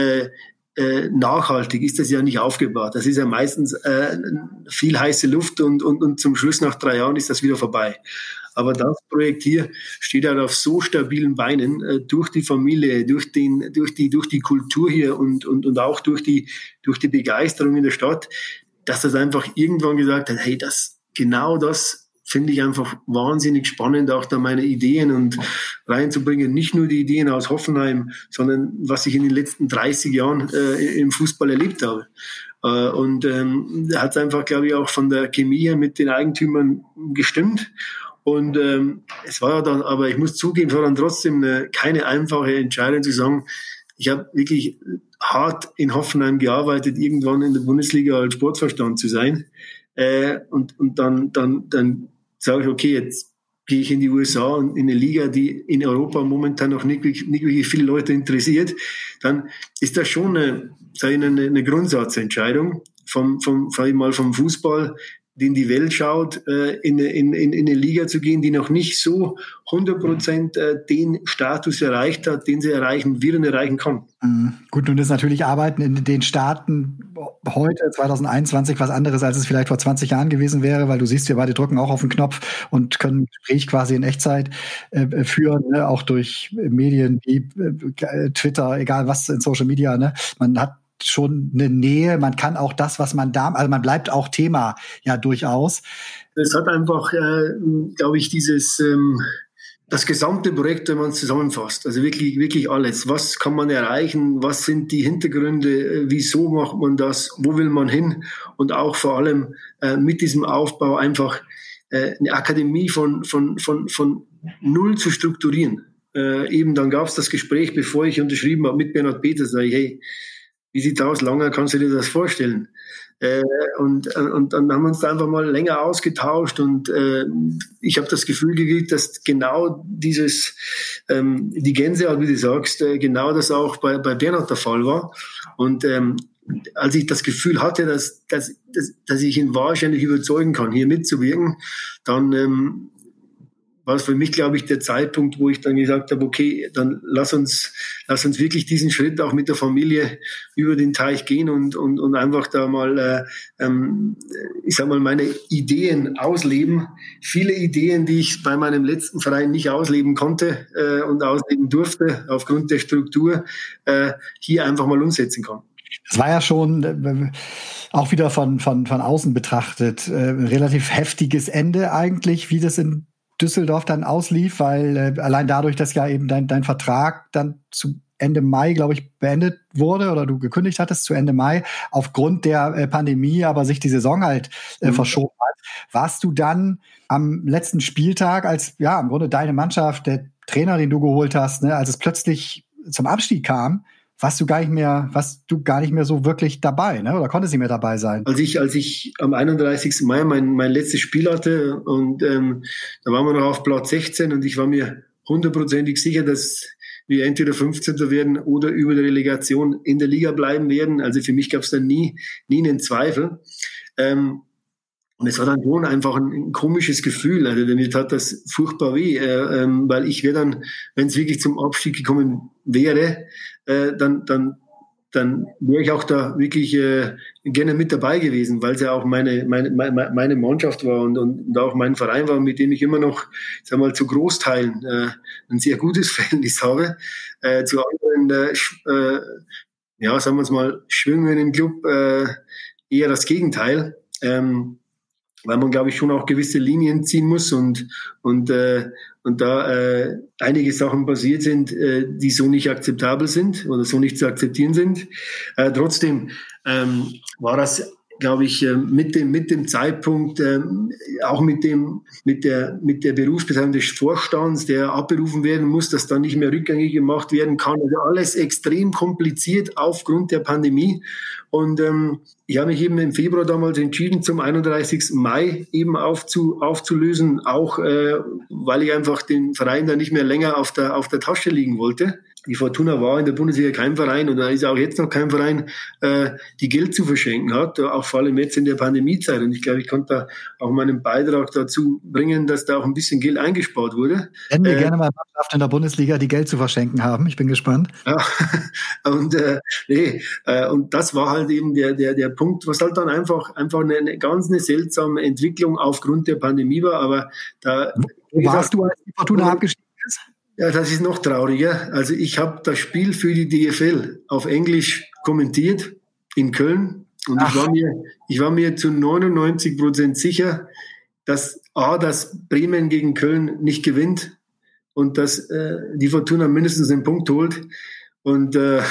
nachhaltig ist das ja nicht aufgebaut. Das ist ja meistens viel heiße Luft und zum Schluss nach 3 Jahren ist das wieder vorbei. Aber das Projekt hier steht halt auf so stabilen Beinen, durch die Familie, durch die Kultur hier und auch durch die Begeisterung in der Stadt, dass das einfach irgendwann gesagt hat, hey, genau das finde ich einfach wahnsinnig spannend, auch da meine Ideen und reinzubringen. Nicht nur die Ideen aus Hoffenheim, sondern was ich in den letzten 30 Jahren im Fußball erlebt habe. Und hat es einfach, glaube ich, auch von der Chemie her mit den Eigentümern gestimmt. Und es war dann, aber ich muss zugeben, es war dann trotzdem keine einfache Entscheidung zu sagen, ich habe wirklich hart in Hoffenheim gearbeitet, irgendwann in der Bundesliga als Sportvorstand zu sein. Und dann sage ich, okay, jetzt gehe ich in die USA und in eine Liga, die in Europa momentan noch nicht wirklich viele Leute interessiert. Dann ist das schon eine Grundsatzentscheidung vom Fußball die in die Welt schaut, in eine Liga zu gehen, die noch nicht so 100% den Status erreicht hat, den sie erreichen will und erreichen kann. Gut, nun ist natürlich Arbeiten in den Staaten heute, 2021, was anderes, als es vielleicht vor 20 Jahren gewesen wäre, weil du siehst, wir beide drücken auch auf den Knopf und können ein Gespräch quasi in Echtzeit führen, ne? Auch durch Medien wie Twitter, egal was in Social Media. Ne? Man hat schon eine Nähe, man kann auch das, was man da, also man bleibt auch Thema ja durchaus. Es hat einfach, glaube ich, das gesamte Projekt, wenn man es zusammenfasst, also wirklich, wirklich alles. Was kann man erreichen? Was sind die Hintergründe? Wieso macht man das? Wo will man hin? Und auch vor allem mit diesem Aufbau einfach eine Akademie von null zu strukturieren. Eben dann gab es das Gespräch, bevor ich unterschrieben habe mit Bernhard Peters, sage ich, hey, wie sieht's aus? Langer, kannst du dir das vorstellen? Und dann haben wir uns da einfach mal länger ausgetauscht und ich habe das Gefühl gekriegt, dass genau dieses, die Gänsehaut, wie du sagst, genau das auch bei Bernhard der Fall war. Und als ich das Gefühl hatte, dass ich ihn wahrscheinlich überzeugen kann, hier mitzuwirken, dann war es für mich, glaube ich, der Zeitpunkt, wo ich dann gesagt habe, okay, dann lass uns wirklich diesen Schritt auch mit der Familie über den Teich gehen und einfach da mal, ich sag mal, meine Ideen ausleben. Viele Ideen, die ich bei meinem letzten Verein nicht ausleben konnte und ausleben durfte, aufgrund der Struktur, hier einfach mal umsetzen kann. Das war ja schon auch wieder von außen betrachtet relativ heftiges Ende eigentlich, wie das in Düsseldorf dann auslief, weil allein dadurch, dass ja eben dein Vertrag dann zu Ende Mai, glaube ich, beendet wurde oder du gekündigt hattest zu Ende Mai aufgrund der Pandemie, aber sich die Saison halt verschoben hat, warst du dann am letzten Spieltag, als ja im Grunde deine Mannschaft, der Trainer, den du geholt hast, ne, als es plötzlich zum Abstieg kam, warst du gar nicht mehr so wirklich dabei, ne? Oder konntest nicht mehr dabei sein? Als ich am 31. Mai mein letztes Spiel hatte und da waren wir noch auf Platz 16 und ich war mir 100% sicher, dass wir entweder 15. werden oder über der Relegation in der Liga bleiben werden. Also für mich gab es da nie einen Zweifel. Und es war dann schon einfach ein komisches Gefühl. Also mir tat das furchtbar weh, weil ich wäre dann, wenn es wirklich zum Abstieg gekommen wäre, dann wäre ich auch da wirklich gerne mit dabei gewesen, weil es ja auch meine Mannschaft war und auch mein Verein war, mit dem ich immer noch, sag mal, zu Großteilen ein sehr gutes Verhältnis habe. Zu anderen, sagen wir es mal, Schwimmen im Club eher das Gegenteil. Weil man, glaube ich, schon auch gewisse Linien ziehen muss und da einige Sachen passiert sind, die so nicht akzeptabel sind oder so nicht zu akzeptieren sind. Trotzdem war das, glaube ich, mit dem Zeitpunkt, auch mit der Berufsbeteiligung des Vorstands, der abberufen werden muss, dass dann nicht mehr rückgängig gemacht werden kann. Also alles extrem kompliziert aufgrund der Pandemie. Und ich habe mich eben im Februar damals entschieden, zum 31. Mai eben aufzulösen, auch weil ich einfach den Verein da nicht mehr länger auf der Tasche liegen wollte. Die Fortuna war in der Bundesliga kein Verein und da ist auch jetzt noch kein Verein, die Geld zu verschenken hat, auch vor allem jetzt in der Pandemiezeit. Und ich glaube, ich konnte da auch meinen Beitrag dazu bringen, dass da auch ein bisschen Geld eingespart wurde. Nennen wir gerne mal Mannschaften in der Bundesliga, die Geld zu verschenken haben. Ich bin gespannt. Ja, und und das war halt eben der Punkt, was halt dann einfach eine ganz seltsame Entwicklung aufgrund der Pandemie war. Aber da Wo warst du, als die Fortuna abgestiegen ist? Ja, das ist noch trauriger. Also ich habe das Spiel für die DFL auf Englisch kommentiert in Köln und ich war mir zu 99% sicher, dass Bremen gegen Köln nicht gewinnt und dass die Fortuna mindestens einen Punkt holt. Und dann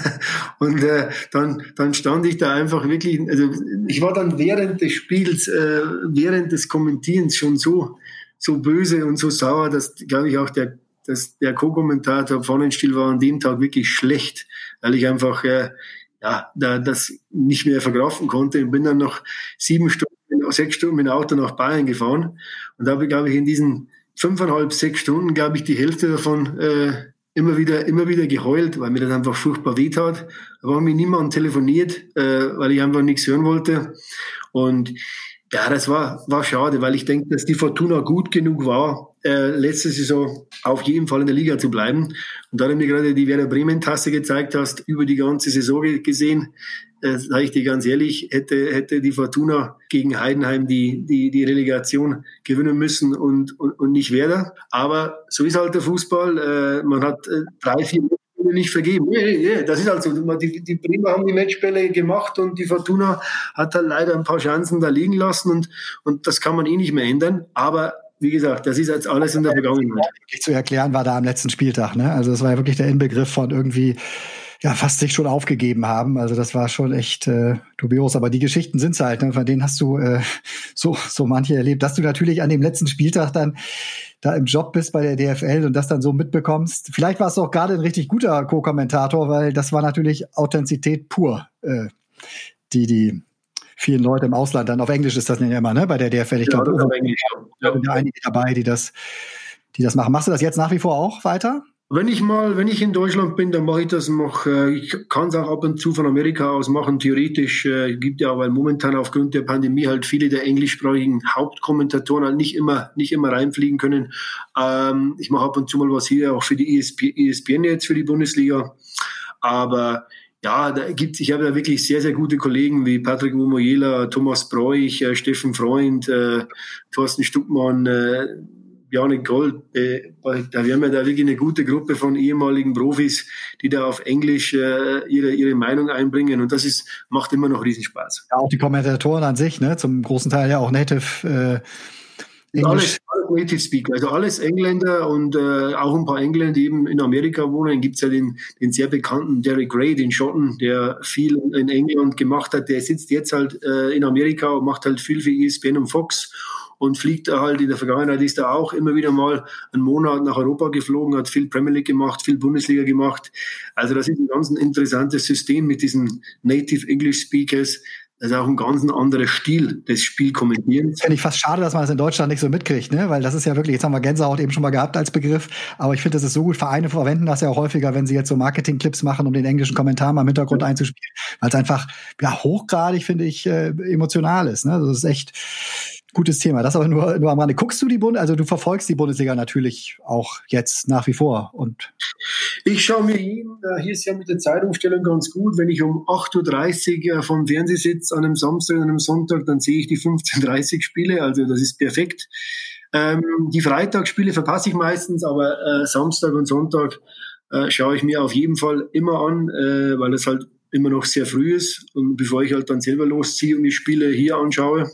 stand ich da einfach wirklich, also ich war dann während des Spiels, während des Kommentierens schon so böse und so sauer, dass, glaube ich, auch der Co-Kommentator Pfannenstiel war an dem Tag wirklich schlecht, weil ich einfach das nicht mehr verkraften konnte. Ich bin dann noch 6 Stunden mit dem Auto nach Bayern gefahren und da habe ich, glaube ich, in diesen 5,5, 6 Stunden, glaube ich, die Hälfte davon immer wieder geheult, weil mir das einfach furchtbar wehtat. Da war mit niemandem telefoniert, weil ich einfach nichts hören wollte. Und Ja, das war schade, weil ich denke, dass die Fortuna gut genug war, letzte Saison auf jeden Fall in der Liga zu bleiben. Und da du mir gerade die Werder Bremen-Tasse gezeigt hast, über die ganze Saison gesehen, sage ich dir ganz ehrlich, hätte die Fortuna gegen Heidenheim die Relegation gewinnen müssen und nicht Werder. Aber so ist halt der Fußball. Man hat 3-4 Matchbälle nicht vergeben. Nee, das ist halt so. Die Bremer haben die Matchbälle gemacht und die Fortuna hat halt leider ein paar Chancen da liegen lassen und das kann man eh nicht mehr ändern. Aber wie gesagt, das ist jetzt alles in der Vergangenheit. Wirklich zu erklären war da am letzten Spieltag, ne? Also das war ja wirklich der Inbegriff von irgendwie fast sich schon aufgegeben haben. Also das war schon echt dubios. Aber die Geschichten sind's halt, ne? Von denen hast du so manche erlebt. Dass du natürlich an dem letzten Spieltag dann da im Job bist bei der DFL und das dann so mitbekommst. Vielleicht warst du auch gerade ein richtig guter Co-Kommentator, weil das war natürlich Authentizität pur, die vielen Leute im Ausland, dann auf Englisch ist das ja immer, ne? Bei der DFL. Ich glaube, da sind ja einige dabei, die das machen. Machst du das jetzt nach wie vor auch weiter? Wenn ich in Deutschland bin, dann mache ich das noch. Ich kann es auch ab und zu von Amerika aus machen, theoretisch. Gibt ja, weil momentan aufgrund der Pandemie halt viele der englischsprachigen Hauptkommentatoren halt nicht immer reinfliegen können. Ich mache ab und zu mal was hier, auch für die ESPN jetzt, für die Bundesliga. Aber ja, ich habe da wirklich sehr, sehr gute Kollegen wie Patrick Wumoyela, Thomas Broich, Steffen Freund, Thorsten Stuckmann, Janik Gold. Wir haben ja da wirklich eine gute Gruppe von ehemaligen Profis, die da auf Englisch ihre Meinung einbringen und das macht immer noch Riesenspaß. Ja, auch die Kommentatoren an sich, ne, zum großen Teil ja auch Native Englisch. Alles Native Speaker, also alles Engländer und auch ein paar Engländer, die eben in Amerika wohnen. Dann gibt's ja den sehr bekannten Derek Gray, den Schotten, der viel in England gemacht hat. Der sitzt jetzt halt in Amerika und macht halt viel für ESPN und Fox und fliegt da halt. In der Vergangenheit ist er auch immer wieder mal einen Monat nach Europa geflogen, hat viel Premier League gemacht, viel Bundesliga gemacht. Also das ist ein ganz interessantes System mit diesen Native English Speakers. Das ist auch ein ganz anderer Stil des Spielkommentierens. Finde ich fast schade, dass man das in Deutschland nicht so mitkriegt, ne? Weil das ist ja wirklich, jetzt haben wir Gänsehaut eben schon mal gehabt als Begriff, aber ich finde, das ist so gut. Vereine verwenden das ja auch häufiger, wenn sie jetzt so Marketing-Clips machen, um den englischen Kommentar mal im Hintergrund einzuspielen, weil es einfach hochgradig, finde ich, emotional ist, ne? Also das ist echt gutes Thema. Das aber nur am Rande. Guckst du also du verfolgst die Bundesliga natürlich auch jetzt nach wie vor. Und ich schaue mir hier ist ja mit der Zeitumstellung ganz gut, wenn ich um 8.30 Uhr vom Fernseher sitze an einem Samstag und einem Sonntag, dann sehe ich die 15:30 Spiele, also das ist perfekt. Die Freitagsspiele verpasse ich meistens, aber Samstag und Sonntag schaue ich mir auf jeden Fall immer an, weil das halt immer noch sehr früh ist und bevor ich halt dann selber losziehe und die Spiele hier anschaue.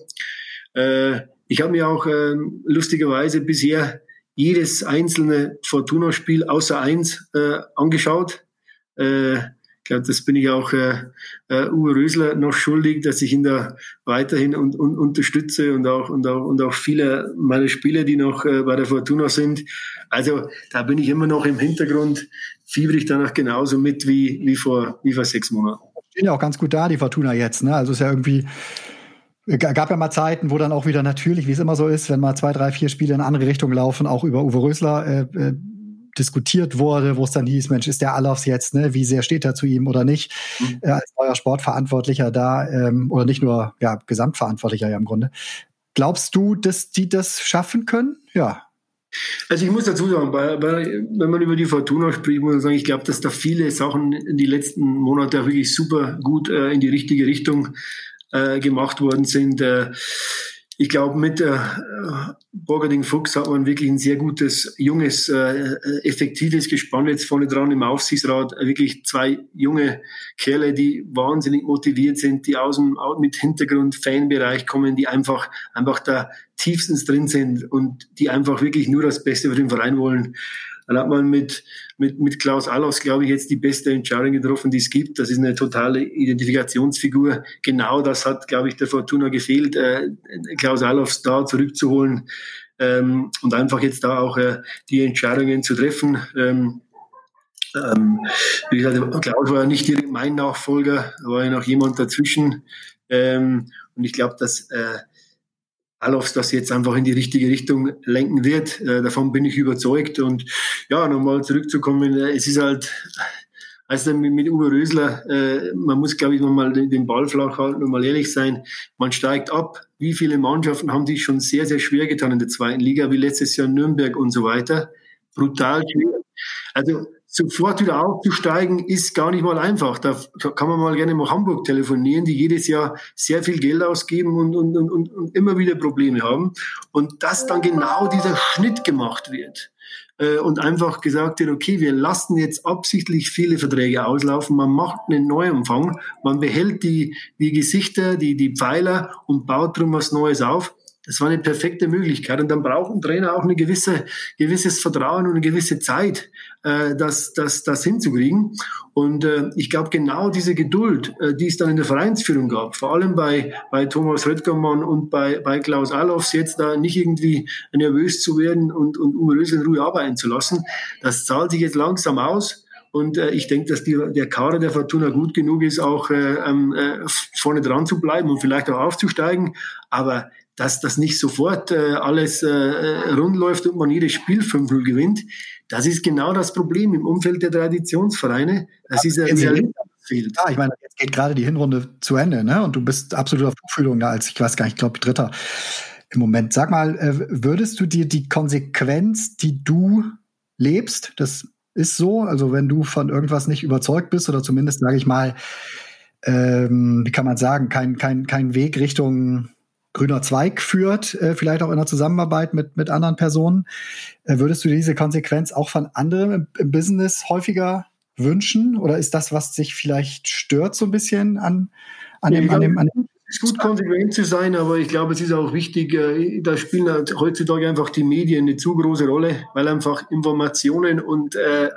Ich habe mir auch lustigerweise bisher jedes einzelne Fortuna-Spiel außer eins angeschaut. Ich glaube, das bin ich auch Uwe Rösler noch schuldig, dass ich ihn da weiterhin unterstütze und auch viele meiner Spieler, die noch bei der Fortuna sind. Also da bin ich immer noch im Hintergrund, fieber ich danach genauso mit wie vor 6 Monaten. Stehen ja auch ganz gut da, die Fortuna jetzt, ne? Also ist ja irgendwie gab ja mal Zeiten, wo dann auch wieder natürlich, wie es immer so ist, wenn mal 2, 3, 4 Spiele in eine andere Richtung laufen, auch über Uwe Rösler diskutiert wurde, wo es dann hieß, Mensch, ist der Alofs jetzt, ne? Wie sehr steht er zu ihm oder nicht? Als neuer Sportverantwortlicher da, oder nicht nur, Gesamtverantwortlicher ja im Grunde. Glaubst du, dass die das schaffen können? Ja. Also ich muss dazu sagen, wenn man über die Fortuna spricht, muss man sagen, ich glaube, dass da viele Sachen in die letzten Monate auch wirklich super gut in die richtige Richtung gemacht worden sind. Ich glaube, mit Borgading Fuchs hat man wirklich ein sehr gutes, junges, effektives Gespann jetzt vorne dran im Aufsichtsrat. Wirklich 2 junge Kerle, die wahnsinnig motiviert sind, die mit Hintergrund Fanbereich kommen, die einfach da tiefstens drin sind und die einfach wirklich nur das Beste für den Verein wollen. Dann hat man mit Klaus Allofs, glaube ich, jetzt die beste Entscheidung getroffen, die es gibt. Das ist eine totale Identifikationsfigur. Genau das hat, glaube ich, der Fortuna gefehlt, Klaus Allofs da zurückzuholen und einfach jetzt da auch die Entscheidungen zu treffen. Wie gesagt, Klaus war ja nicht direkt mein Nachfolger, da war ja noch jemand dazwischen. Und ich glaube, dass Allofs das jetzt einfach in die richtige Richtung lenken wird. Davon bin ich überzeugt. Und ja, nochmal zurückzukommen, es ist halt Also mit Uwe Rösler, man muss, glaube ich, nochmal den Ball flach halten und mal ehrlich sein, man steigt ab. Wie viele Mannschaften haben sich schon sehr, sehr schwer getan in der zweiten Liga, wie letztes Jahr Nürnberg und so weiter. Brutal schwer. Also sofort wieder aufzusteigen, ist gar nicht mal einfach. Da kann man mal gerne nach Hamburg telefonieren, die jedes Jahr sehr viel Geld ausgeben und immer wieder Probleme haben. Und dass dann genau dieser Schnitt gemacht wird und einfach gesagt wird, okay, wir lassen jetzt absichtlich viele Verträge auslaufen, man macht einen Neuanfang, man behält die Gesichter, die Pfeiler und baut drum was Neues auf. Das war eine perfekte Möglichkeit. Und dann braucht ein Trainer auch gewisses Vertrauen und eine gewisse Zeit, das hinzukriegen. Und ich glaube, genau diese Geduld, die es dann in der Vereinsführung gab, vor allem bei Thomas Röttgermann und bei Klaus Allofs, jetzt da nicht irgendwie nervös zu werden und Uwe Rösler in Ruhe arbeiten zu lassen, das zahlt sich jetzt langsam aus. Und ich denke, dass der Kader der Fortuna gut genug ist, auch vorne dran zu bleiben und vielleicht auch aufzusteigen. Aber dass das nicht sofort alles rund läuft und man jedes Spiel 5-0 gewinnt, das ist genau das Problem im Umfeld der Traditionsvereine. Das ist ein fehlt. Ja, ich meine, jetzt geht gerade die Hinrunde zu Ende, ne? Und du bist absolut auf Tuchfühlung da als, ich weiß gar nicht, ich glaube Dritter im Moment. Sag mal, würdest du dir die Konsequenz, die du lebst, das ist so, also wenn du von irgendwas nicht überzeugt bist oder zumindest, sage ich mal, wie kann man sagen, kein Weg Richtung grüner Zweig führt, vielleicht auch in der Zusammenarbeit mit anderen Personen. Würdest du dir diese Konsequenz auch von anderen im Business häufiger wünschen? Oder ist das, was sich vielleicht stört so ein bisschen an dem Es ist gut, konsequent zu sein, aber ich glaube, es ist auch wichtig, da spielen heutzutage einfach die Medien eine zu große Rolle, weil einfach Informationen und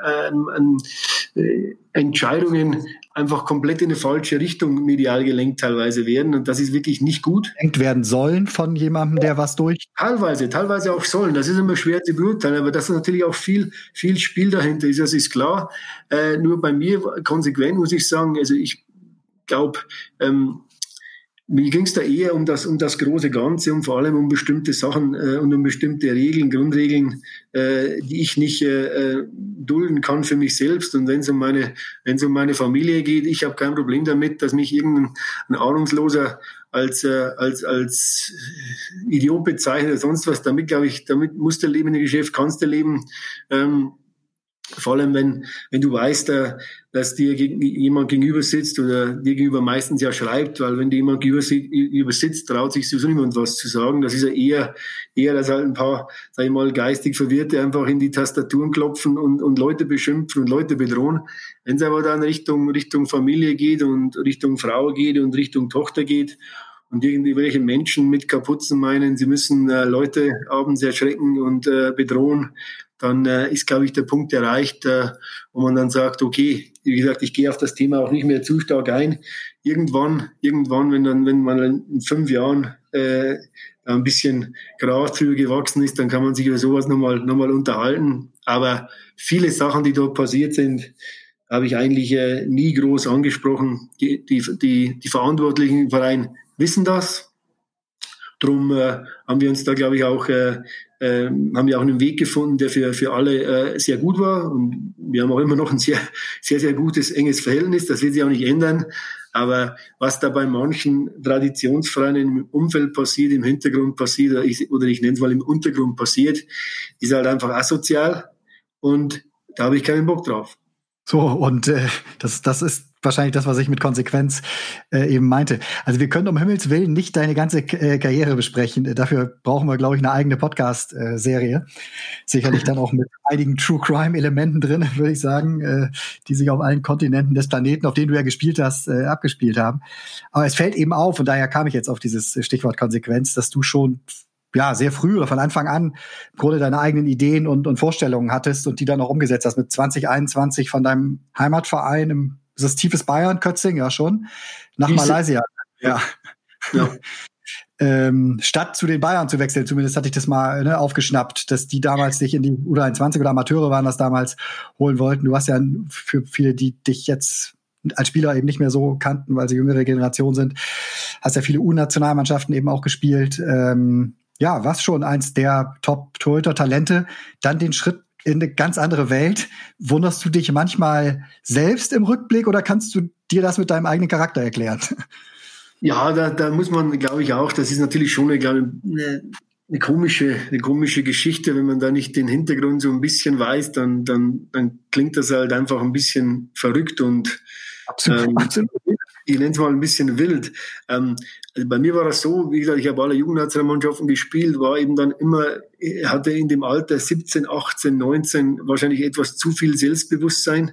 Entscheidungen einfach komplett in eine falsche Richtung medial gelenkt teilweise werden. Und das ist wirklich nicht gut. Gelenkt werden sollen von jemandem, der was durch? Teilweise auch sollen. Das ist immer schwer zu beurteilen, aber das ist natürlich auch viel Spiel dahinter ist. Das ist klar. Nur bei mir konsequent muss ich sagen, also ich glaube, mir ging es da eher um das große Ganze und vor allem um bestimmte Sachen und um bestimmte Regeln, Grundregeln, die ich nicht dulden kann für mich selbst. Und wenn es um meine Familie geht, ich habe kein Problem damit, dass mich irgendein Ahnungsloser als Idiot bezeichnet oder sonst was. Damit, glaube ich, damit musst du leben in dem Geschäft, kannst du leben. Vor allem, wenn du weißt, dass dir jemand gegenüber sitzt oder dir gegenüber meistens ja schreibt, weil wenn dir jemand gegenüber sitzt, traut sich sowieso niemand was zu sagen. Das ist ja eher, dass halt ein paar, sag ich mal, geistig Verwirrte einfach in die Tastaturen klopfen und Leute beschimpfen und Leute bedrohen. Wenn es aber dann Richtung Familie geht und Richtung Frau geht und Richtung Tochter geht und irgendwelche Menschen mit Kapuzen meinen, sie müssen Leute abends erschrecken und bedrohen, dann ist, glaube ich, der Punkt erreicht, wo man dann sagt, okay, wie gesagt, ich gehe auf das Thema auch nicht mehr zu stark ein. Irgendwann, wenn man in 5 Jahren ein bisschen Gras drüber gewachsen ist, dann kann man sich über sowas nochmal unterhalten. Aber viele Sachen, die dort passiert sind, habe ich eigentlich nie groß angesprochen. Die Verantwortlichen im Verein wissen das. Drum haben wir uns da, glaube ich, auch haben wir auch einen Weg gefunden, der für alle sehr gut war. Und wir haben auch immer noch ein sehr, sehr, sehr gutes, enges Verhältnis. Das wird sich auch nicht ändern. Aber was da bei manchen Traditionsvereinen im Umfeld passiert, im Hintergrund passiert, oder ich nenne es mal im Untergrund passiert, ist halt einfach asozial. Und da habe ich keinen Bock drauf. So, und das ist wahrscheinlich das, was ich mit Konsequenz eben meinte. Also wir können um Himmels Willen nicht deine ganze Karriere besprechen. Dafür brauchen wir, glaube ich, eine eigene Podcast-Serie. Sicherlich dann auch mit einigen True-Crime-Elementen drin, würde ich sagen, die sich auf allen Kontinenten des Planeten, auf denen du ja gespielt hast, abgespielt haben. Aber es fällt eben auf, und daher kam ich jetzt auf dieses Stichwort Konsequenz, dass du schon sehr früh oder von Anfang an im Grunde deine eigenen Ideen und Vorstellungen hattest und die dann auch umgesetzt hast. Mit 2021 von deinem Heimatverein ist das tiefes Bayern, Kötzing, ja schon, nach Malaysia. Ja. Statt zu den Bayern zu wechseln, zumindest hatte ich das mal aufgeschnappt, dass die damals dich in die U21 oder Amateure waren das damals holen wollten. Du hast ja für viele, die dich jetzt als Spieler eben nicht mehr so kannten, weil sie jüngere Generation sind, hast ja viele U-Nationalmannschaften eben auch gespielt. Was schon eins der Top-Torhüter-Talente, dann den Schritt in eine ganz andere Welt. Wunderst du dich manchmal selbst im Rückblick oder kannst du dir das mit deinem eigenen Charakter erklären? Ja, da muss man, glaube ich, auch, das ist natürlich schon eine komische Geschichte, wenn man da nicht den Hintergrund so ein bisschen weiß, dann klingt das halt einfach ein bisschen verrückt und absolut. Ich nenne es mal ein bisschen wild. Also bei mir war das so, wie gesagt, ich habe alle Jugendnationalmannschaften gespielt, war eben dann immer, hatte in dem Alter 17, 18, 19 wahrscheinlich etwas zu viel Selbstbewusstsein.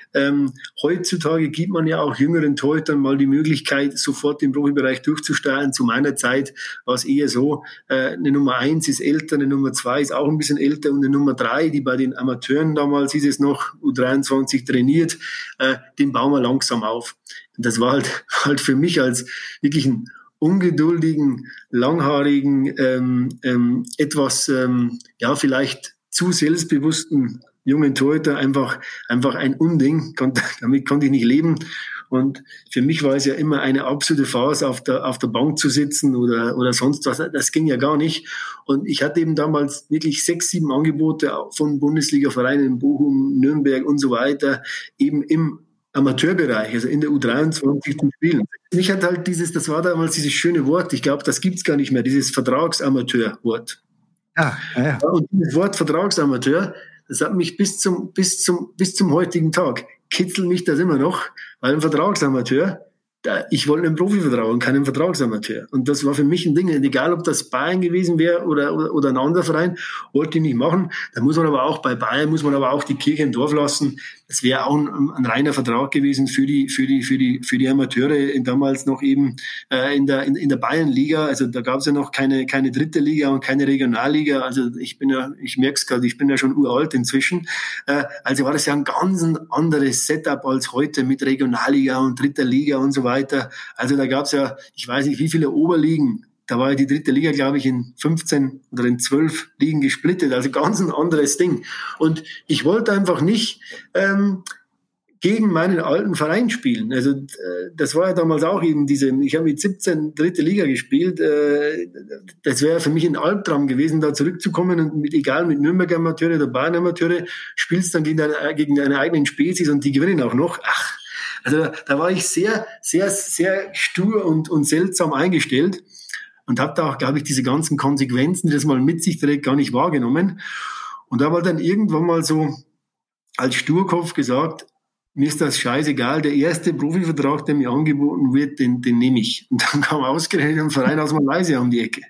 Heutzutage gibt man ja auch jüngeren Torhütern mal die Möglichkeit, sofort im Profibereich durchzusteigen. Zu meiner Zeit war es eher so, eine Nummer 1 ist älter, eine Nummer 2 ist auch ein bisschen älter und eine Nummer 3, die bei den Amateuren damals, hieß es noch, U23 trainiert, den bauen wir langsam auf. Und das war halt für mich als wirklich ein ungeduldigen, langhaarigen, etwas, vielleicht zu selbstbewussten jungen Torhüter einfach ein Unding. Damit konnte ich nicht leben. Und für mich war es ja immer eine absolute Farce, auf der Bank zu sitzen oder sonst was. Das ging ja gar nicht. Und ich hatte eben damals wirklich 6, 7 Angebote von Bundesliga-Vereinen in Bochum, Nürnberg und so weiter, eben im Amateurbereich, also in der U23 zu spielen. Mich hat halt das war damals dieses schöne Wort, ich glaube, das gibt's gar nicht mehr, dieses Vertragsamateur-Wort. Ja. Und dieses Wort Vertragsamateur, das hat mich bis zum heutigen Tag, kitzelt mich das immer noch, weil ein Vertragsamateur, ich wollte einen Profivertrag und keinen Vertragsamateur. Und das war für mich ein Ding, egal ob das Bayern gewesen wäre oder ein anderer Verein, wollte ich nicht machen. Da muss man aber auch bei Bayern, die Kirche im Dorf lassen. Das wäre auch ein reiner Vertrag gewesen für die Amateure, damals noch eben in der Bayernliga. Also da gab es ja noch keine dritte Liga und keine Regionalliga. Also ich merke es gerade, ich bin ja schon uralt inzwischen. Also war das ja ein ganz anderes Setup als heute mit Regionalliga und dritter Liga und so weiter. Also da gab es ja, ich weiß nicht, wie viele Oberligen. Da war ja die dritte Liga, glaube ich, in 15 oder in 12 Ligen gesplittet. Also ganz ein anderes Ding. Und ich wollte einfach nicht gegen meinen alten Verein spielen. Also das war ja damals auch eben ich habe mit 17 dritte Liga gespielt. Das wäre für mich ein Albtraum gewesen, da zurückzukommen und egal mit Nürnberger Amateure oder Bayern Amateure, spielst dann gegen deine eigenen Spezies und die gewinnen auch noch. Also da war ich sehr, sehr, sehr stur und seltsam eingestellt. Und habe da auch, glaube ich, diese ganzen Konsequenzen, die das mal mit sich trägt, gar nicht wahrgenommen. Und da war dann irgendwann mal so als Sturkopf gesagt, mir ist das scheißegal, der erste Profivertrag, der mir angeboten wird, den nehme ich. Und dann kam ausgerechnet ein Verein aus Malaysia um die Ecke.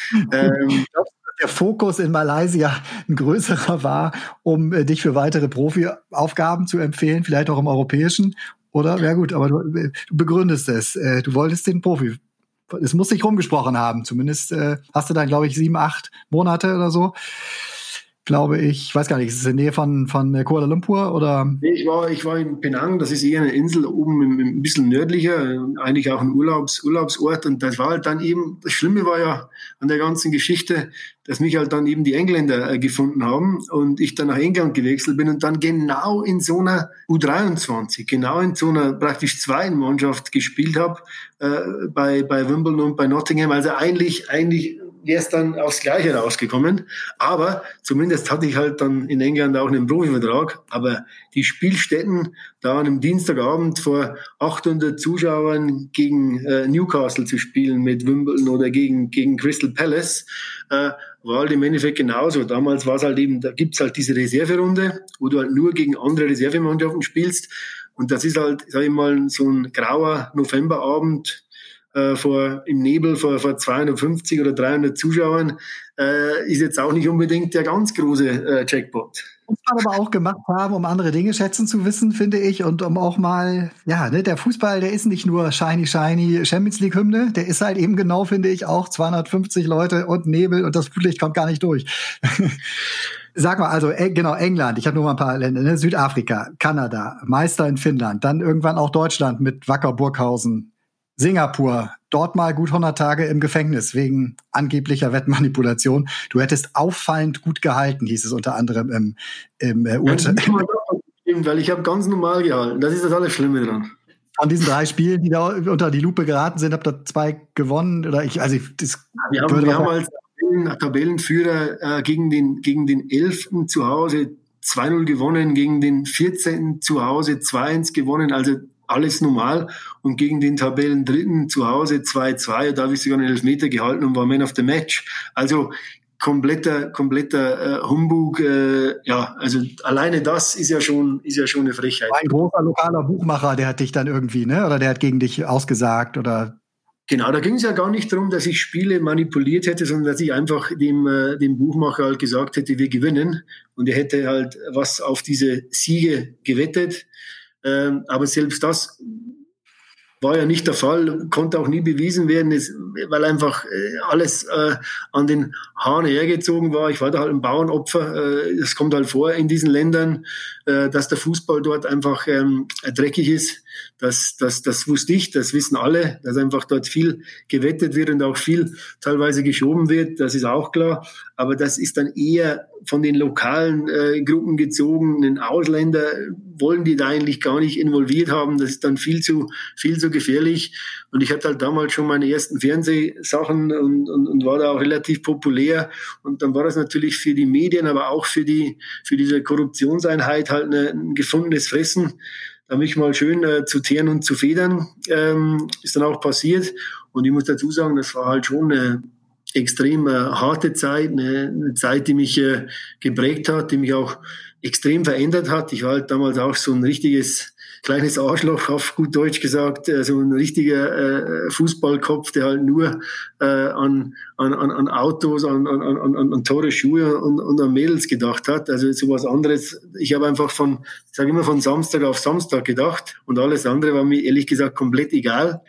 Der Fokus in Malaysia ein größerer war, um dich für weitere Profiaufgaben zu empfehlen, vielleicht auch im europäischen, oder? Ja gut, aber du begründest es. Du wolltest den Profi. Es muss sich rumgesprochen haben. Zumindest hast du dann, glaube ich, 7, 8 Monate oder so. Glaube ich weiß gar nicht, ist es in der Nähe von Kuala Lumpur oder? Nee, ich war in Penang, das ist eher eine Insel oben ein bisschen nördlicher, eigentlich auch ein Urlaubsort und das war halt dann eben, das Schlimme war ja an der ganzen Geschichte, dass mich halt dann eben die Engländer gefunden haben und ich dann nach England gewechselt bin und dann genau in so einer U23, genau in so einer praktisch zweiten Mannschaft gespielt habe, bei Wimbledon und bei Nottingham, also eigentlich wäre es dann aufs Gleiche rausgekommen. Aber zumindest hatte ich halt dann in England auch einen Profivertrag. Aber die Spielstätten, da an einem Dienstagabend vor 800 Zuschauern gegen Newcastle zu spielen mit Wimbledon oder gegen Crystal Palace, war halt im Endeffekt genauso. Damals war es halt eben, da gibt's halt diese Reserverunde, wo du halt nur gegen andere Reservemannschaften spielst. Und das ist halt, sag ich mal, so ein grauer Novemberabend, im Nebel vor 250 oder 300 Zuschauern, ist jetzt auch nicht unbedingt der ganz große Jackpot. Muss man aber auch gemacht haben, um andere Dinge schätzen zu wissen, finde ich, und um auch mal, der Fußball, der ist nicht nur shiny Champions League Hymne, der ist halt eben genau, finde ich, auch 250 Leute und Nebel und das Flutlicht kommt gar nicht durch. Sag mal, also genau, England, ich habe nur mal ein paar Länder, ne? Südafrika, Kanada, Meister in Finnland, dann irgendwann auch Deutschland mit Wacker Burghausen, Singapur, dort mal gut 100 Tage im Gefängnis wegen angeblicher Wettmanipulation. Du hättest auffallend gut gehalten, hieß es unter anderem im Urteil. Weil ich habe ganz normal gehalten. Das ist das alles Schlimme dran. Von diesen 3 Spielen, die da unter die Lupe geraten sind, habt ihr 2 gewonnen. Oder wir haben als Tabellenführer gegen den 11. zu Hause 2-0 gewonnen, gegen den 14. zu Hause 2-1 gewonnen, also alles normal. Und gegen den Tabellendritten zu Hause 2-2, da habe ich sogar einen Elfmeter gehalten und war Man of the Match. Also kompletter Humbug. Also alleine das ist ja schon eine Frechheit. Ein großer lokaler Buchmacher, der hat dich dann irgendwie, ne? Oder der hat gegen dich ausgesagt oder? Genau, da ging es ja gar nicht darum, dass ich Spiele manipuliert hätte, sondern dass ich einfach dem Buchmacher halt gesagt hätte, wir gewinnen. Und er hätte halt was auf diese Siege gewettet. Aber selbst das war ja nicht der Fall, konnte auch nie bewiesen werden, weil einfach alles an den Haaren hergezogen war. Ich war da halt ein Bauernopfer. Es kommt halt vor in diesen Ländern, dass der Fußball dort einfach dreckig ist. Das wusste ich, das wissen alle, dass einfach dort viel gewettet wird und auch viel teilweise geschoben wird. Das ist auch klar. Aber das ist dann eher von den lokalen Gruppen gezogen. Den Ausländer wollen die da eigentlich gar nicht involviert haben. Das ist dann viel zu gefährlich. Und ich hatte halt damals schon meine ersten Fernsehsachen und war da auch relativ populär. Und dann war das natürlich für die Medien, aber auch für diese Korruptionseinheit halt ein gefundenes Fressen. Da mich mal schön zu teeren und zu federn, ist dann auch passiert. Und ich muss dazu sagen, das war halt schon eine extrem harte Zeit, eine Zeit, die mich geprägt hat, die mich auch extrem verändert hat. Ich war halt damals auch so ein richtiges kleines Arschloch, auf gut Deutsch gesagt, so ein richtiger Fußballkopf, der halt nur an Autos, an teure Schuhe und an Mädels gedacht hat. Also sowas anderes. Ich habe einfach von Samstag auf Samstag gedacht und alles andere war mir ehrlich gesagt komplett egal,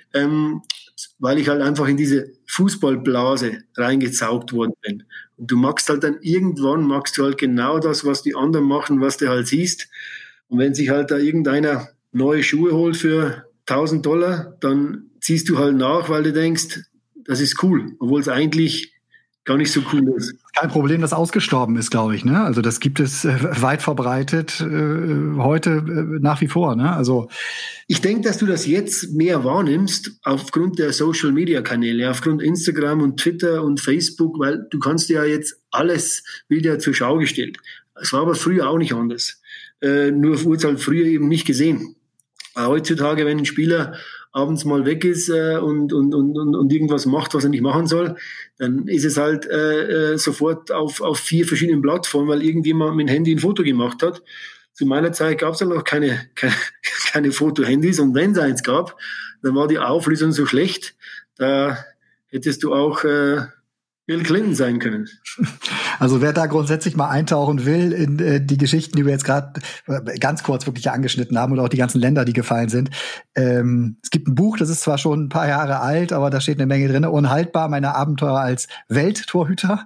weil ich halt einfach in diese Fußballblase reingezaugt worden bin. Und du magst halt dann irgendwann halt genau das, was die anderen machen, was du halt siehst. Und wenn sich halt da irgendeiner neue Schuhe holt für $1.000, dann ziehst du halt nach, weil du denkst, das ist cool, obwohl es eigentlich gar nicht so cool ist. Kein Problem, das ausgestorben ist, glaube ich, ne? Also das gibt es weit verbreitet heute nach wie vor, ne? Also ich denke, dass du das jetzt mehr wahrnimmst aufgrund der Social-Media-Kanäle, aufgrund Instagram und Twitter und Facebook, weil du kannst ja jetzt alles wieder zur Schau gestellt. Es war aber früher auch nicht anders. Nur wurde es halt früher eben nicht gesehen. Heutzutage, wenn ein Spieler abends mal weg ist und irgendwas macht, was er nicht machen soll, dann ist es halt sofort auf 4 verschiedenen Plattformen, weil irgendjemand mit dem Handy ein Foto gemacht hat. Zu meiner Zeit gab es ja noch keine Foto-Handys, und wenn es eins gab, dann war die Auflösung so schlecht, da hättest du auch Bill Clinton sein können. Also wer da grundsätzlich mal eintauchen will in die Geschichten, die wir jetzt gerade ganz kurz wirklich angeschnitten haben, oder auch die ganzen Länder, die gefallen sind. Es gibt ein Buch, das ist zwar schon ein paar Jahre alt, aber da steht eine Menge drin. Unhaltbar, meine Abenteuer als Welttorhüter.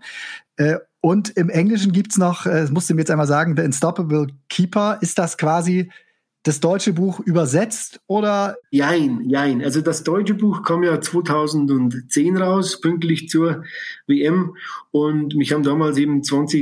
Und im Englischen gibt's noch, das musst du mir jetzt einmal sagen, The Unstoppable Keeper. Ist das quasi das deutsche Buch übersetzt, oder? Jein. Also das deutsche Buch kam ja 2010 raus, pünktlich zur WM. Und mich haben damals eben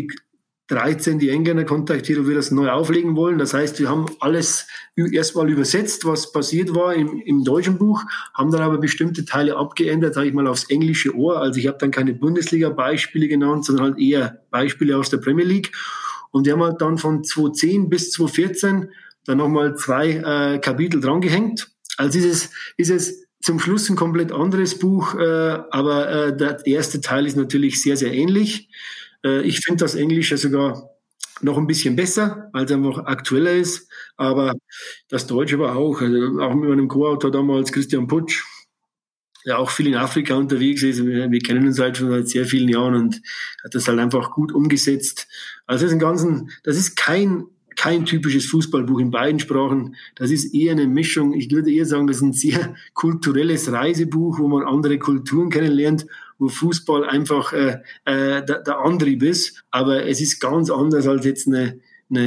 2013 die Engländer kontaktiert, ob wir das neu auflegen wollen. Das heißt, wir haben alles erstmal übersetzt, was passiert war im deutschen Buch, haben dann aber bestimmte Teile abgeändert, sage ich mal, aufs englische Ohr. Also ich habe dann keine Bundesliga-Beispiele genannt, sondern halt eher Beispiele aus der Premier League. Und wir haben halt dann von 2010 bis 2014 dann nochmal 2 Kapitel drangehängt. Also ist es zum Schluss ein komplett anderes Buch, aber der erste Teil ist natürlich sehr, sehr ähnlich. Ich finde das Englische sogar noch ein bisschen besser, weil es einfach aktueller ist, aber das Deutsche war auch mit meinem Co-Autor damals, Christian Putsch, der auch viel in Afrika unterwegs ist. Wir kennen uns halt schon seit sehr vielen Jahren und hat das halt einfach gut umgesetzt. Also das ist kein typisches Fußballbuch in beiden Sprachen. Das ist eher eine Mischung. Ich würde eher sagen, das ist ein sehr kulturelles Reisebuch, wo man andere Kulturen kennenlernt, wo Fußball einfach der Antrieb ist. Aber es ist ganz anders, als jetzt eine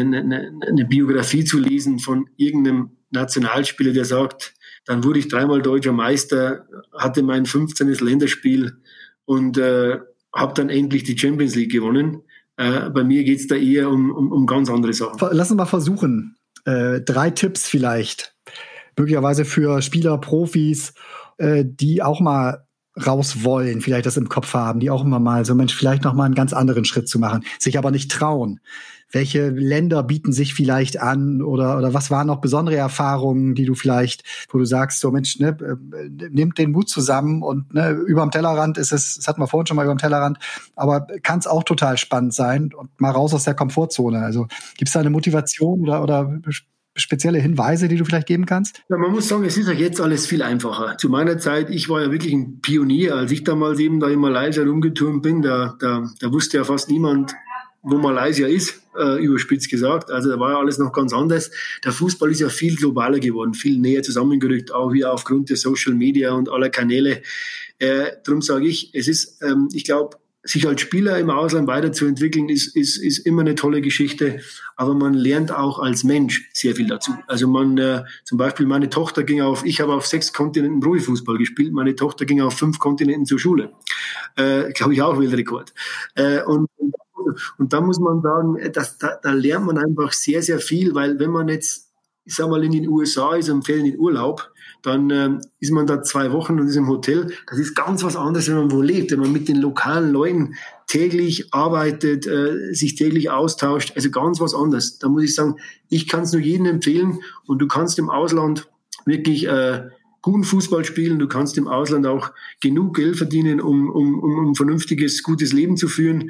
Biografie zu lesen von irgendeinem Nationalspieler, der sagt, dann wurde ich 3-mal deutscher Meister, hatte mein 15. Länderspiel und habe dann endlich die Champions League gewonnen. Bei mir geht's da eher um ganz andere Sachen. Lass uns mal versuchen. 3 Tipps vielleicht. Möglicherweise für Spieler, Profis, die auch mal raus wollen, vielleicht das im Kopf haben, die auch immer mal so, Mensch, vielleicht noch mal einen ganz anderen Schritt zu machen, sich aber nicht trauen. Welche Länder bieten sich vielleicht an oder was waren noch besondere Erfahrungen, die du vielleicht, wo du sagst, so Mensch, ne, nimmt den Mut zusammen und ne, überm Tellerrand ist es, das hatten wir vorhin schon mal überm Tellerrand, aber kann es auch total spannend sein und mal raus aus der Komfortzone. Also gibt es da eine Motivation oder spezielle Hinweise, die du vielleicht geben kannst? Ja, man muss sagen, es ist ja jetzt alles viel einfacher. Zu meiner Zeit, ich war ja wirklich ein Pionier, als ich damals eben da in Malaysia rumgeturnt bin, da wusste ja fast niemand, wo Malaysia ist, überspitzt gesagt. Also da war ja alles noch ganz anders. Der Fußball ist ja viel globaler geworden, viel näher zusammengerückt, auch wieder aufgrund der Social Media und aller Kanäle. Darum sage ich, es ist, ich glaube, sich als Spieler im Ausland weiterzuentwickeln, ist immer eine tolle Geschichte, aber man lernt auch als Mensch sehr viel dazu. Also zum Beispiel meine Tochter ich habe auf 6 Kontinenten Profifußball gespielt, meine Tochter ging auf 5 Kontinenten zur Schule. Glaube ich auch Weltrekord. Und da muss man sagen, da lernt man einfach sehr, sehr viel, weil wenn man jetzt, ich sag mal, in den USA ist und fährt in den Urlaub, dann ist man da 2 Wochen und ist im Hotel. Das ist ganz was anderes, wenn man wo lebt, wenn man mit den lokalen Leuten täglich arbeitet, sich täglich austauscht. Also ganz was anderes. Da muss ich sagen, ich kann es nur jedem empfehlen und du kannst im Ausland wirklich guten Fußball spielen. Du kannst im Ausland auch genug Geld verdienen, um ein vernünftiges, gutes Leben zu führen.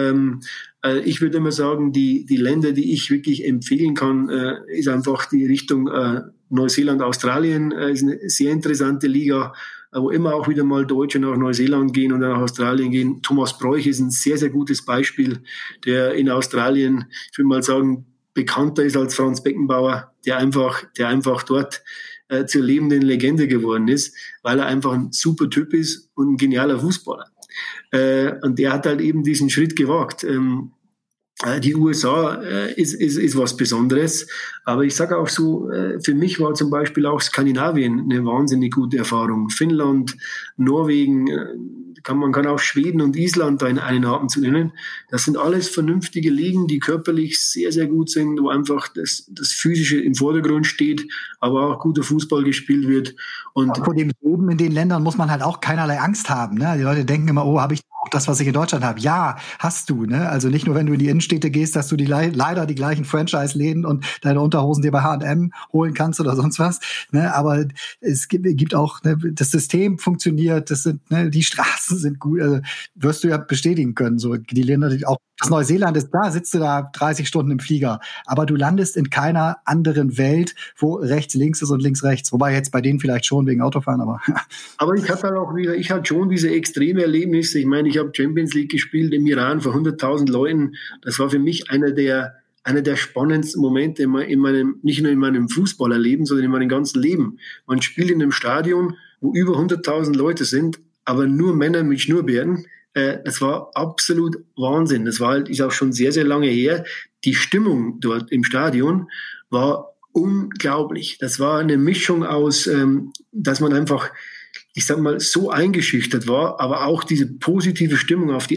Ich würde immer sagen, die Länder, die ich wirklich empfehlen kann, ist einfach die Richtung Neuseeland, Australien. Ist eine sehr interessante Liga, wo immer auch wieder mal Deutsche nach Neuseeland gehen und nach Australien gehen. Thomas Bräuch ist ein sehr, sehr gutes Beispiel, der in Australien, ich würde mal sagen, bekannter ist als Franz Beckenbauer, der einfach dort zur lebenden Legende geworden ist, weil er einfach ein super Typ ist und ein genialer Fußballer. Und der hat halt eben diesen Schritt gewagt. Die USA ist was Besonderes, aber ich sage auch so, für mich war zum Beispiel auch Skandinavien eine wahnsinnig gute Erfahrung. Finnland, Norwegen, man kann auch Schweden und Island da in einen Atem zu nennen. Das sind alles vernünftige Ligen, die körperlich sehr, sehr gut sind, wo einfach das Physische im Vordergrund steht, aber auch guter Fußball gespielt wird. Und vor dem Leben in den Ländern muss man halt auch keinerlei Angst haben. Ne? Die Leute denken immer, habe ich auch das, was ich in Deutschland habe? Ja, hast du. Ne? Also nicht nur, wenn du in die Innenstädte gehst, dass du leider die gleichen Franchise-Läden und deine Unterhosen dir bei H&M holen kannst oder sonst was. Ne? Aber es gibt auch, ne, das System funktioniert, die Straßen sind gut. Also wirst du ja bestätigen können. So die Länder, auch das Neuseeland ist da, sitzt du da 30 Stunden im Flieger. Aber du landest in keiner anderen Welt, wo rechts links ist und links rechts. Wobei jetzt bei denen vielleicht schon wegen Autofahren, aber. Aber ich hatte schon diese extreme Erlebnisse. Ich meine, ich habe Champions League gespielt im Iran vor 100.000 Leuten. Das war für mich einer der spannendsten Momente nicht nur in meinem Fußballerleben, sondern in meinem ganzen Leben. Man spielt in einem Stadion, wo über 100.000 Leute sind, aber nur Männer mit Schnurrbärten. Das war absolut Wahnsinn. Das ist auch schon sehr, sehr lange her. Die Stimmung dort im Stadion war unglaublich. Das war eine Mischung aus, dass man einfach, ich sag mal, so eingeschüchtert war, aber auch diese positive Stimmung auf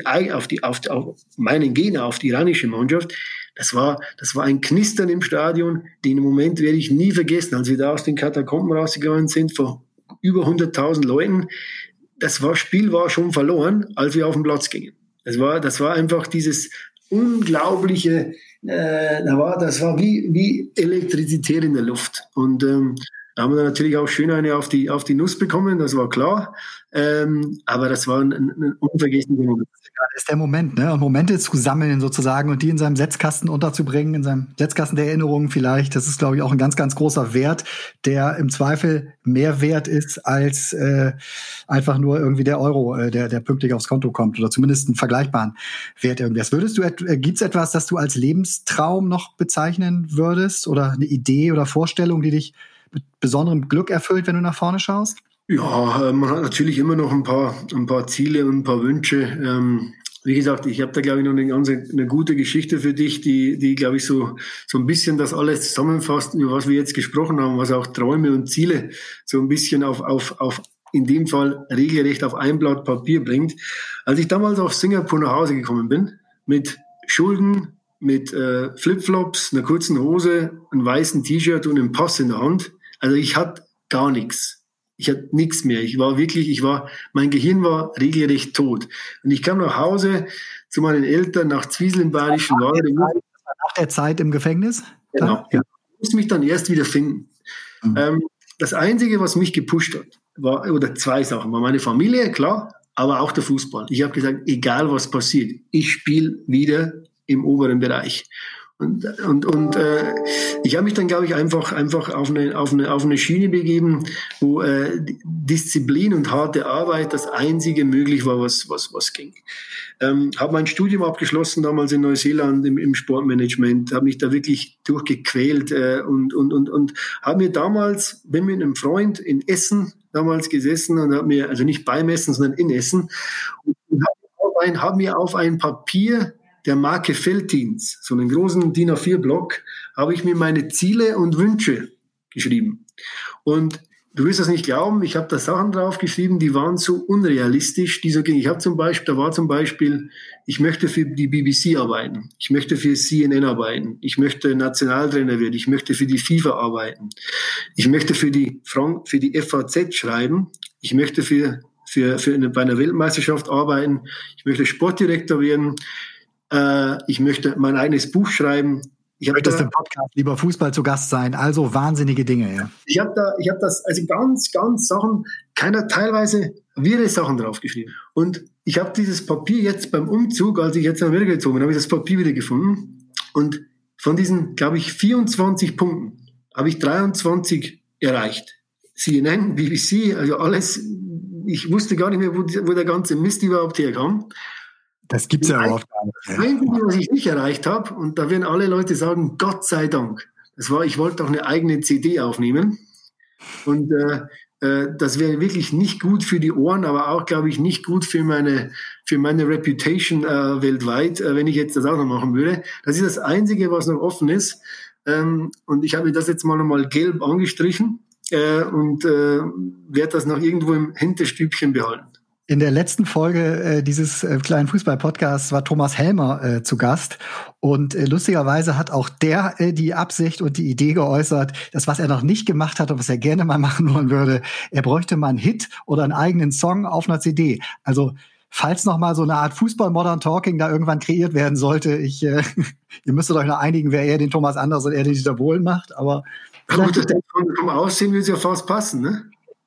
meinen Gegner, auf die iranische Mannschaft. Das war ein Knistern im Stadion. Den Moment werde ich nie vergessen, als wir da aus den Katakomben rausgegangen sind vor über 100.000 Leuten. Das Spiel war schon verloren, als wir auf den Platz gingen. Das war einfach dieses unglaubliche, das war wie Elektrizität in der Luft. Und da haben wir natürlich auch schön eine auf die Nuss bekommen, das war klar. Aber das war ein unvergesslicher Moment. Das ist der Moment, ne? Und Momente zu sammeln sozusagen und die in seinem Setzkasten unterzubringen, in seinem Setzkasten der Erinnerungen vielleicht. Das ist, glaube ich, auch ein ganz, ganz großer Wert, der im Zweifel mehr wert ist als einfach nur irgendwie der Euro, der pünktlich aufs Konto kommt oder zumindest einen vergleichbaren Wert irgendwie. Gibt's etwas, das du als Lebenstraum noch bezeichnen würdest oder eine Idee oder Vorstellung, die dich mit besonderem Glück erfüllt, wenn du nach vorne schaust? Ja, man hat natürlich immer noch ein paar Ziele und ein paar Wünsche. Wie gesagt, ich habe da, glaube ich, noch eine gute Geschichte für dich, die glaube ich, so ein bisschen das alles zusammenfasst, über was wir jetzt gesprochen haben, was auch Träume und Ziele so ein bisschen auf in dem Fall regelrecht auf ein Blatt Papier bringt. Als ich damals aus Singapur nach Hause gekommen bin, mit Schulden, mit Flipflops, einer kurzen Hose, einem weißen T-Shirt und einem Pass in der Hand, also ich hatte gar nichts. Ich hatte nichts mehr. Mein Gehirn war regelrecht tot. Und ich kam nach Hause zu meinen Eltern nach Zwiesel im Bayerischen Wald. Nach der Zeit im Gefängnis? Genau. Ja. Ich musste mich dann erst wieder finden. Das Einzige, was mich gepusht hat, oder zwei Sachen, war meine Familie, klar, aber auch der Fußball. Ich habe gesagt, egal was passiert, ich spiele wieder im oberen Bereich. Und ich habe mich dann, glaube ich, einfach auf eine Schiene begeben, wo Disziplin und harte Arbeit das einzige möglich war, was ging. Habe mein Studium abgeschlossen damals in Neuseeland im Sportmanagement, habe mich da wirklich durchgequält und habe mir damals, bin mit einem Freund in Essen damals gesessen und habe mir, also nicht beim Essen, sondern in Essen, und habe mir auf ein Papier der Marke Veltins, so einen großen DIN A4-Block, habe ich mir meine Ziele und Wünsche geschrieben. Und du wirst das nicht glauben, ich habe da Sachen draufgeschrieben, die waren so unrealistisch, die so gingen. Da war zum Beispiel, ich möchte für die BBC arbeiten, ich möchte für CNN arbeiten, ich möchte Nationaltrainer werden, ich möchte für die FIFA arbeiten, ich möchte für die FAZ schreiben, ich möchte bei einer Weltmeisterschaft arbeiten, ich möchte Sportdirektor werden, ich möchte mein eigenes Buch schreiben. Ich möchte im Podcast lieber Fußball zu Gast sein. Also wahnsinnige Dinge, ja. Ich habe das, also ganz, ganz Sachen, teilweise wirre Sachen draufgeschrieben. Und ich habe dieses Papier jetzt beim Umzug, als ich jetzt nach Amerika gezogen bin, habe ich das Papier wieder gefunden. Und von diesen, glaube ich, 24 Punkten habe ich 23 erreicht. CNN, BBC, also alles. Ich wusste gar nicht mehr, wo der ganze Mist überhaupt herkam. Das gibt's ja überhaupt gar nicht. Das Einzige, was ich nicht erreicht habe, und da werden alle Leute sagen, Gott sei Dank, ich wollte auch eine eigene CD aufnehmen. Und das wäre wirklich nicht gut für die Ohren, aber auch, glaube ich, nicht gut für meine Reputation weltweit, wenn ich jetzt das auch noch machen würde. Das ist das Einzige, was noch offen ist. Und ich habe mir das jetzt mal gelb angestrichen und werde das noch irgendwo im Hinterstübchen behalten. In der letzten Folge dieses kleinen Fußball-Podcasts war Thomas Helmer zu Gast. Und lustigerweise hat auch der die Absicht und die Idee geäußert, dass was er noch nicht gemacht hat und was er gerne mal machen wollen würde, er bräuchte mal einen Hit oder einen eigenen Song auf einer CD. Also falls noch mal so eine Art Fußball-Modern Talking da irgendwann kreiert werden sollte, ihr müsstet euch noch einigen, wer eher den Thomas Anders und er den Dieter Bohlen macht. Aber vom Aussehen würde es ja fast passen, ne?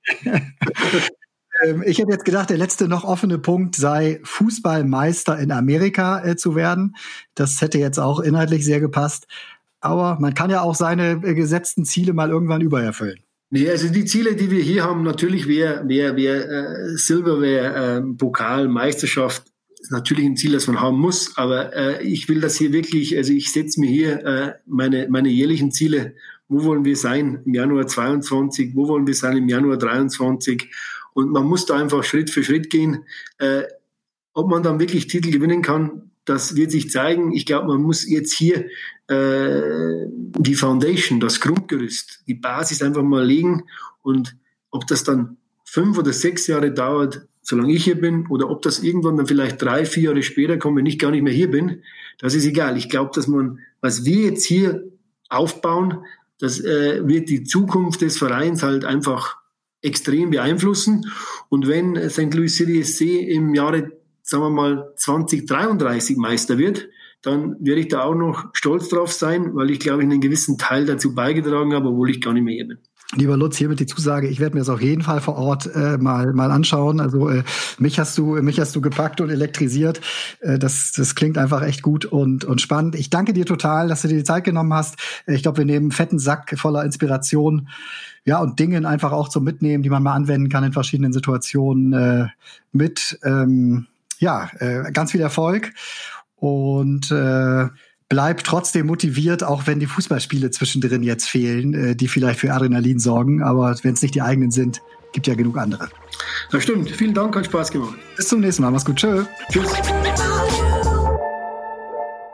Ich hätte jetzt gedacht, der letzte noch offene Punkt sei, Fußballmeister in Amerika zu werden. Das hätte jetzt auch inhaltlich sehr gepasst. Aber man kann ja auch seine gesetzten Ziele mal irgendwann übererfüllen. Nee, also die Ziele, die wir hier haben, natürlich wäre Silverware, Pokal, Meisterschaft, ist natürlich ein Ziel, das man haben muss. Aber ich will das hier wirklich, also ich setze mir hier meine jährlichen Ziele. Wo wollen wir sein im Januar 22? Wo wollen wir sein im Januar 23? Und man muss da einfach Schritt für Schritt gehen. Ob man dann wirklich Titel gewinnen kann, das wird sich zeigen. Ich glaube, man muss jetzt hier die Foundation, das Grundgerüst, die Basis einfach mal legen. Und ob das dann 5 oder 6 Jahre dauert, solange ich hier bin, oder ob das irgendwann dann vielleicht 3, 4 Jahre später kommt, wenn ich gar nicht mehr hier bin, das ist egal. Ich glaube, dass was wir jetzt hier aufbauen, das wird die Zukunft des Vereins halt einfach extrem beeinflussen. Und wenn St. Louis City SC im Jahre, sagen wir mal, 2033 Meister wird, dann werde ich da auch noch stolz drauf sein, weil ich, glaube ich, einen gewissen Teil dazu beigetragen habe, obwohl ich gar nicht mehr hier bin. Lieber Lutz, hiermit die Zusage, ich werde mir das auf jeden Fall vor Ort mal anschauen. Also mich hast du gepackt und elektrisiert. Das klingt einfach echt gut und spannend. Ich danke dir total, dass du dir die Zeit genommen hast. Ich glaube, wir nehmen einen fetten Sack voller Inspiration, ja, und Dingen einfach auch zum Mitnehmen, die man mal anwenden kann in verschiedenen Situationen mit. Ganz viel Erfolg und bleib trotzdem motiviert, auch wenn die Fußballspiele zwischendrin jetzt fehlen, die vielleicht für Adrenalin sorgen. Aber wenn es nicht die eigenen sind, gibt ja genug andere. Das stimmt. Vielen Dank, hat Spaß gemacht. Bis zum nächsten Mal. Mach's gut. Tschö. Tschüss.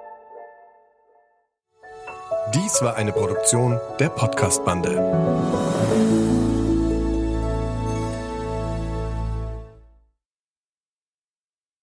Dies war eine Produktion der Podcast-Bande.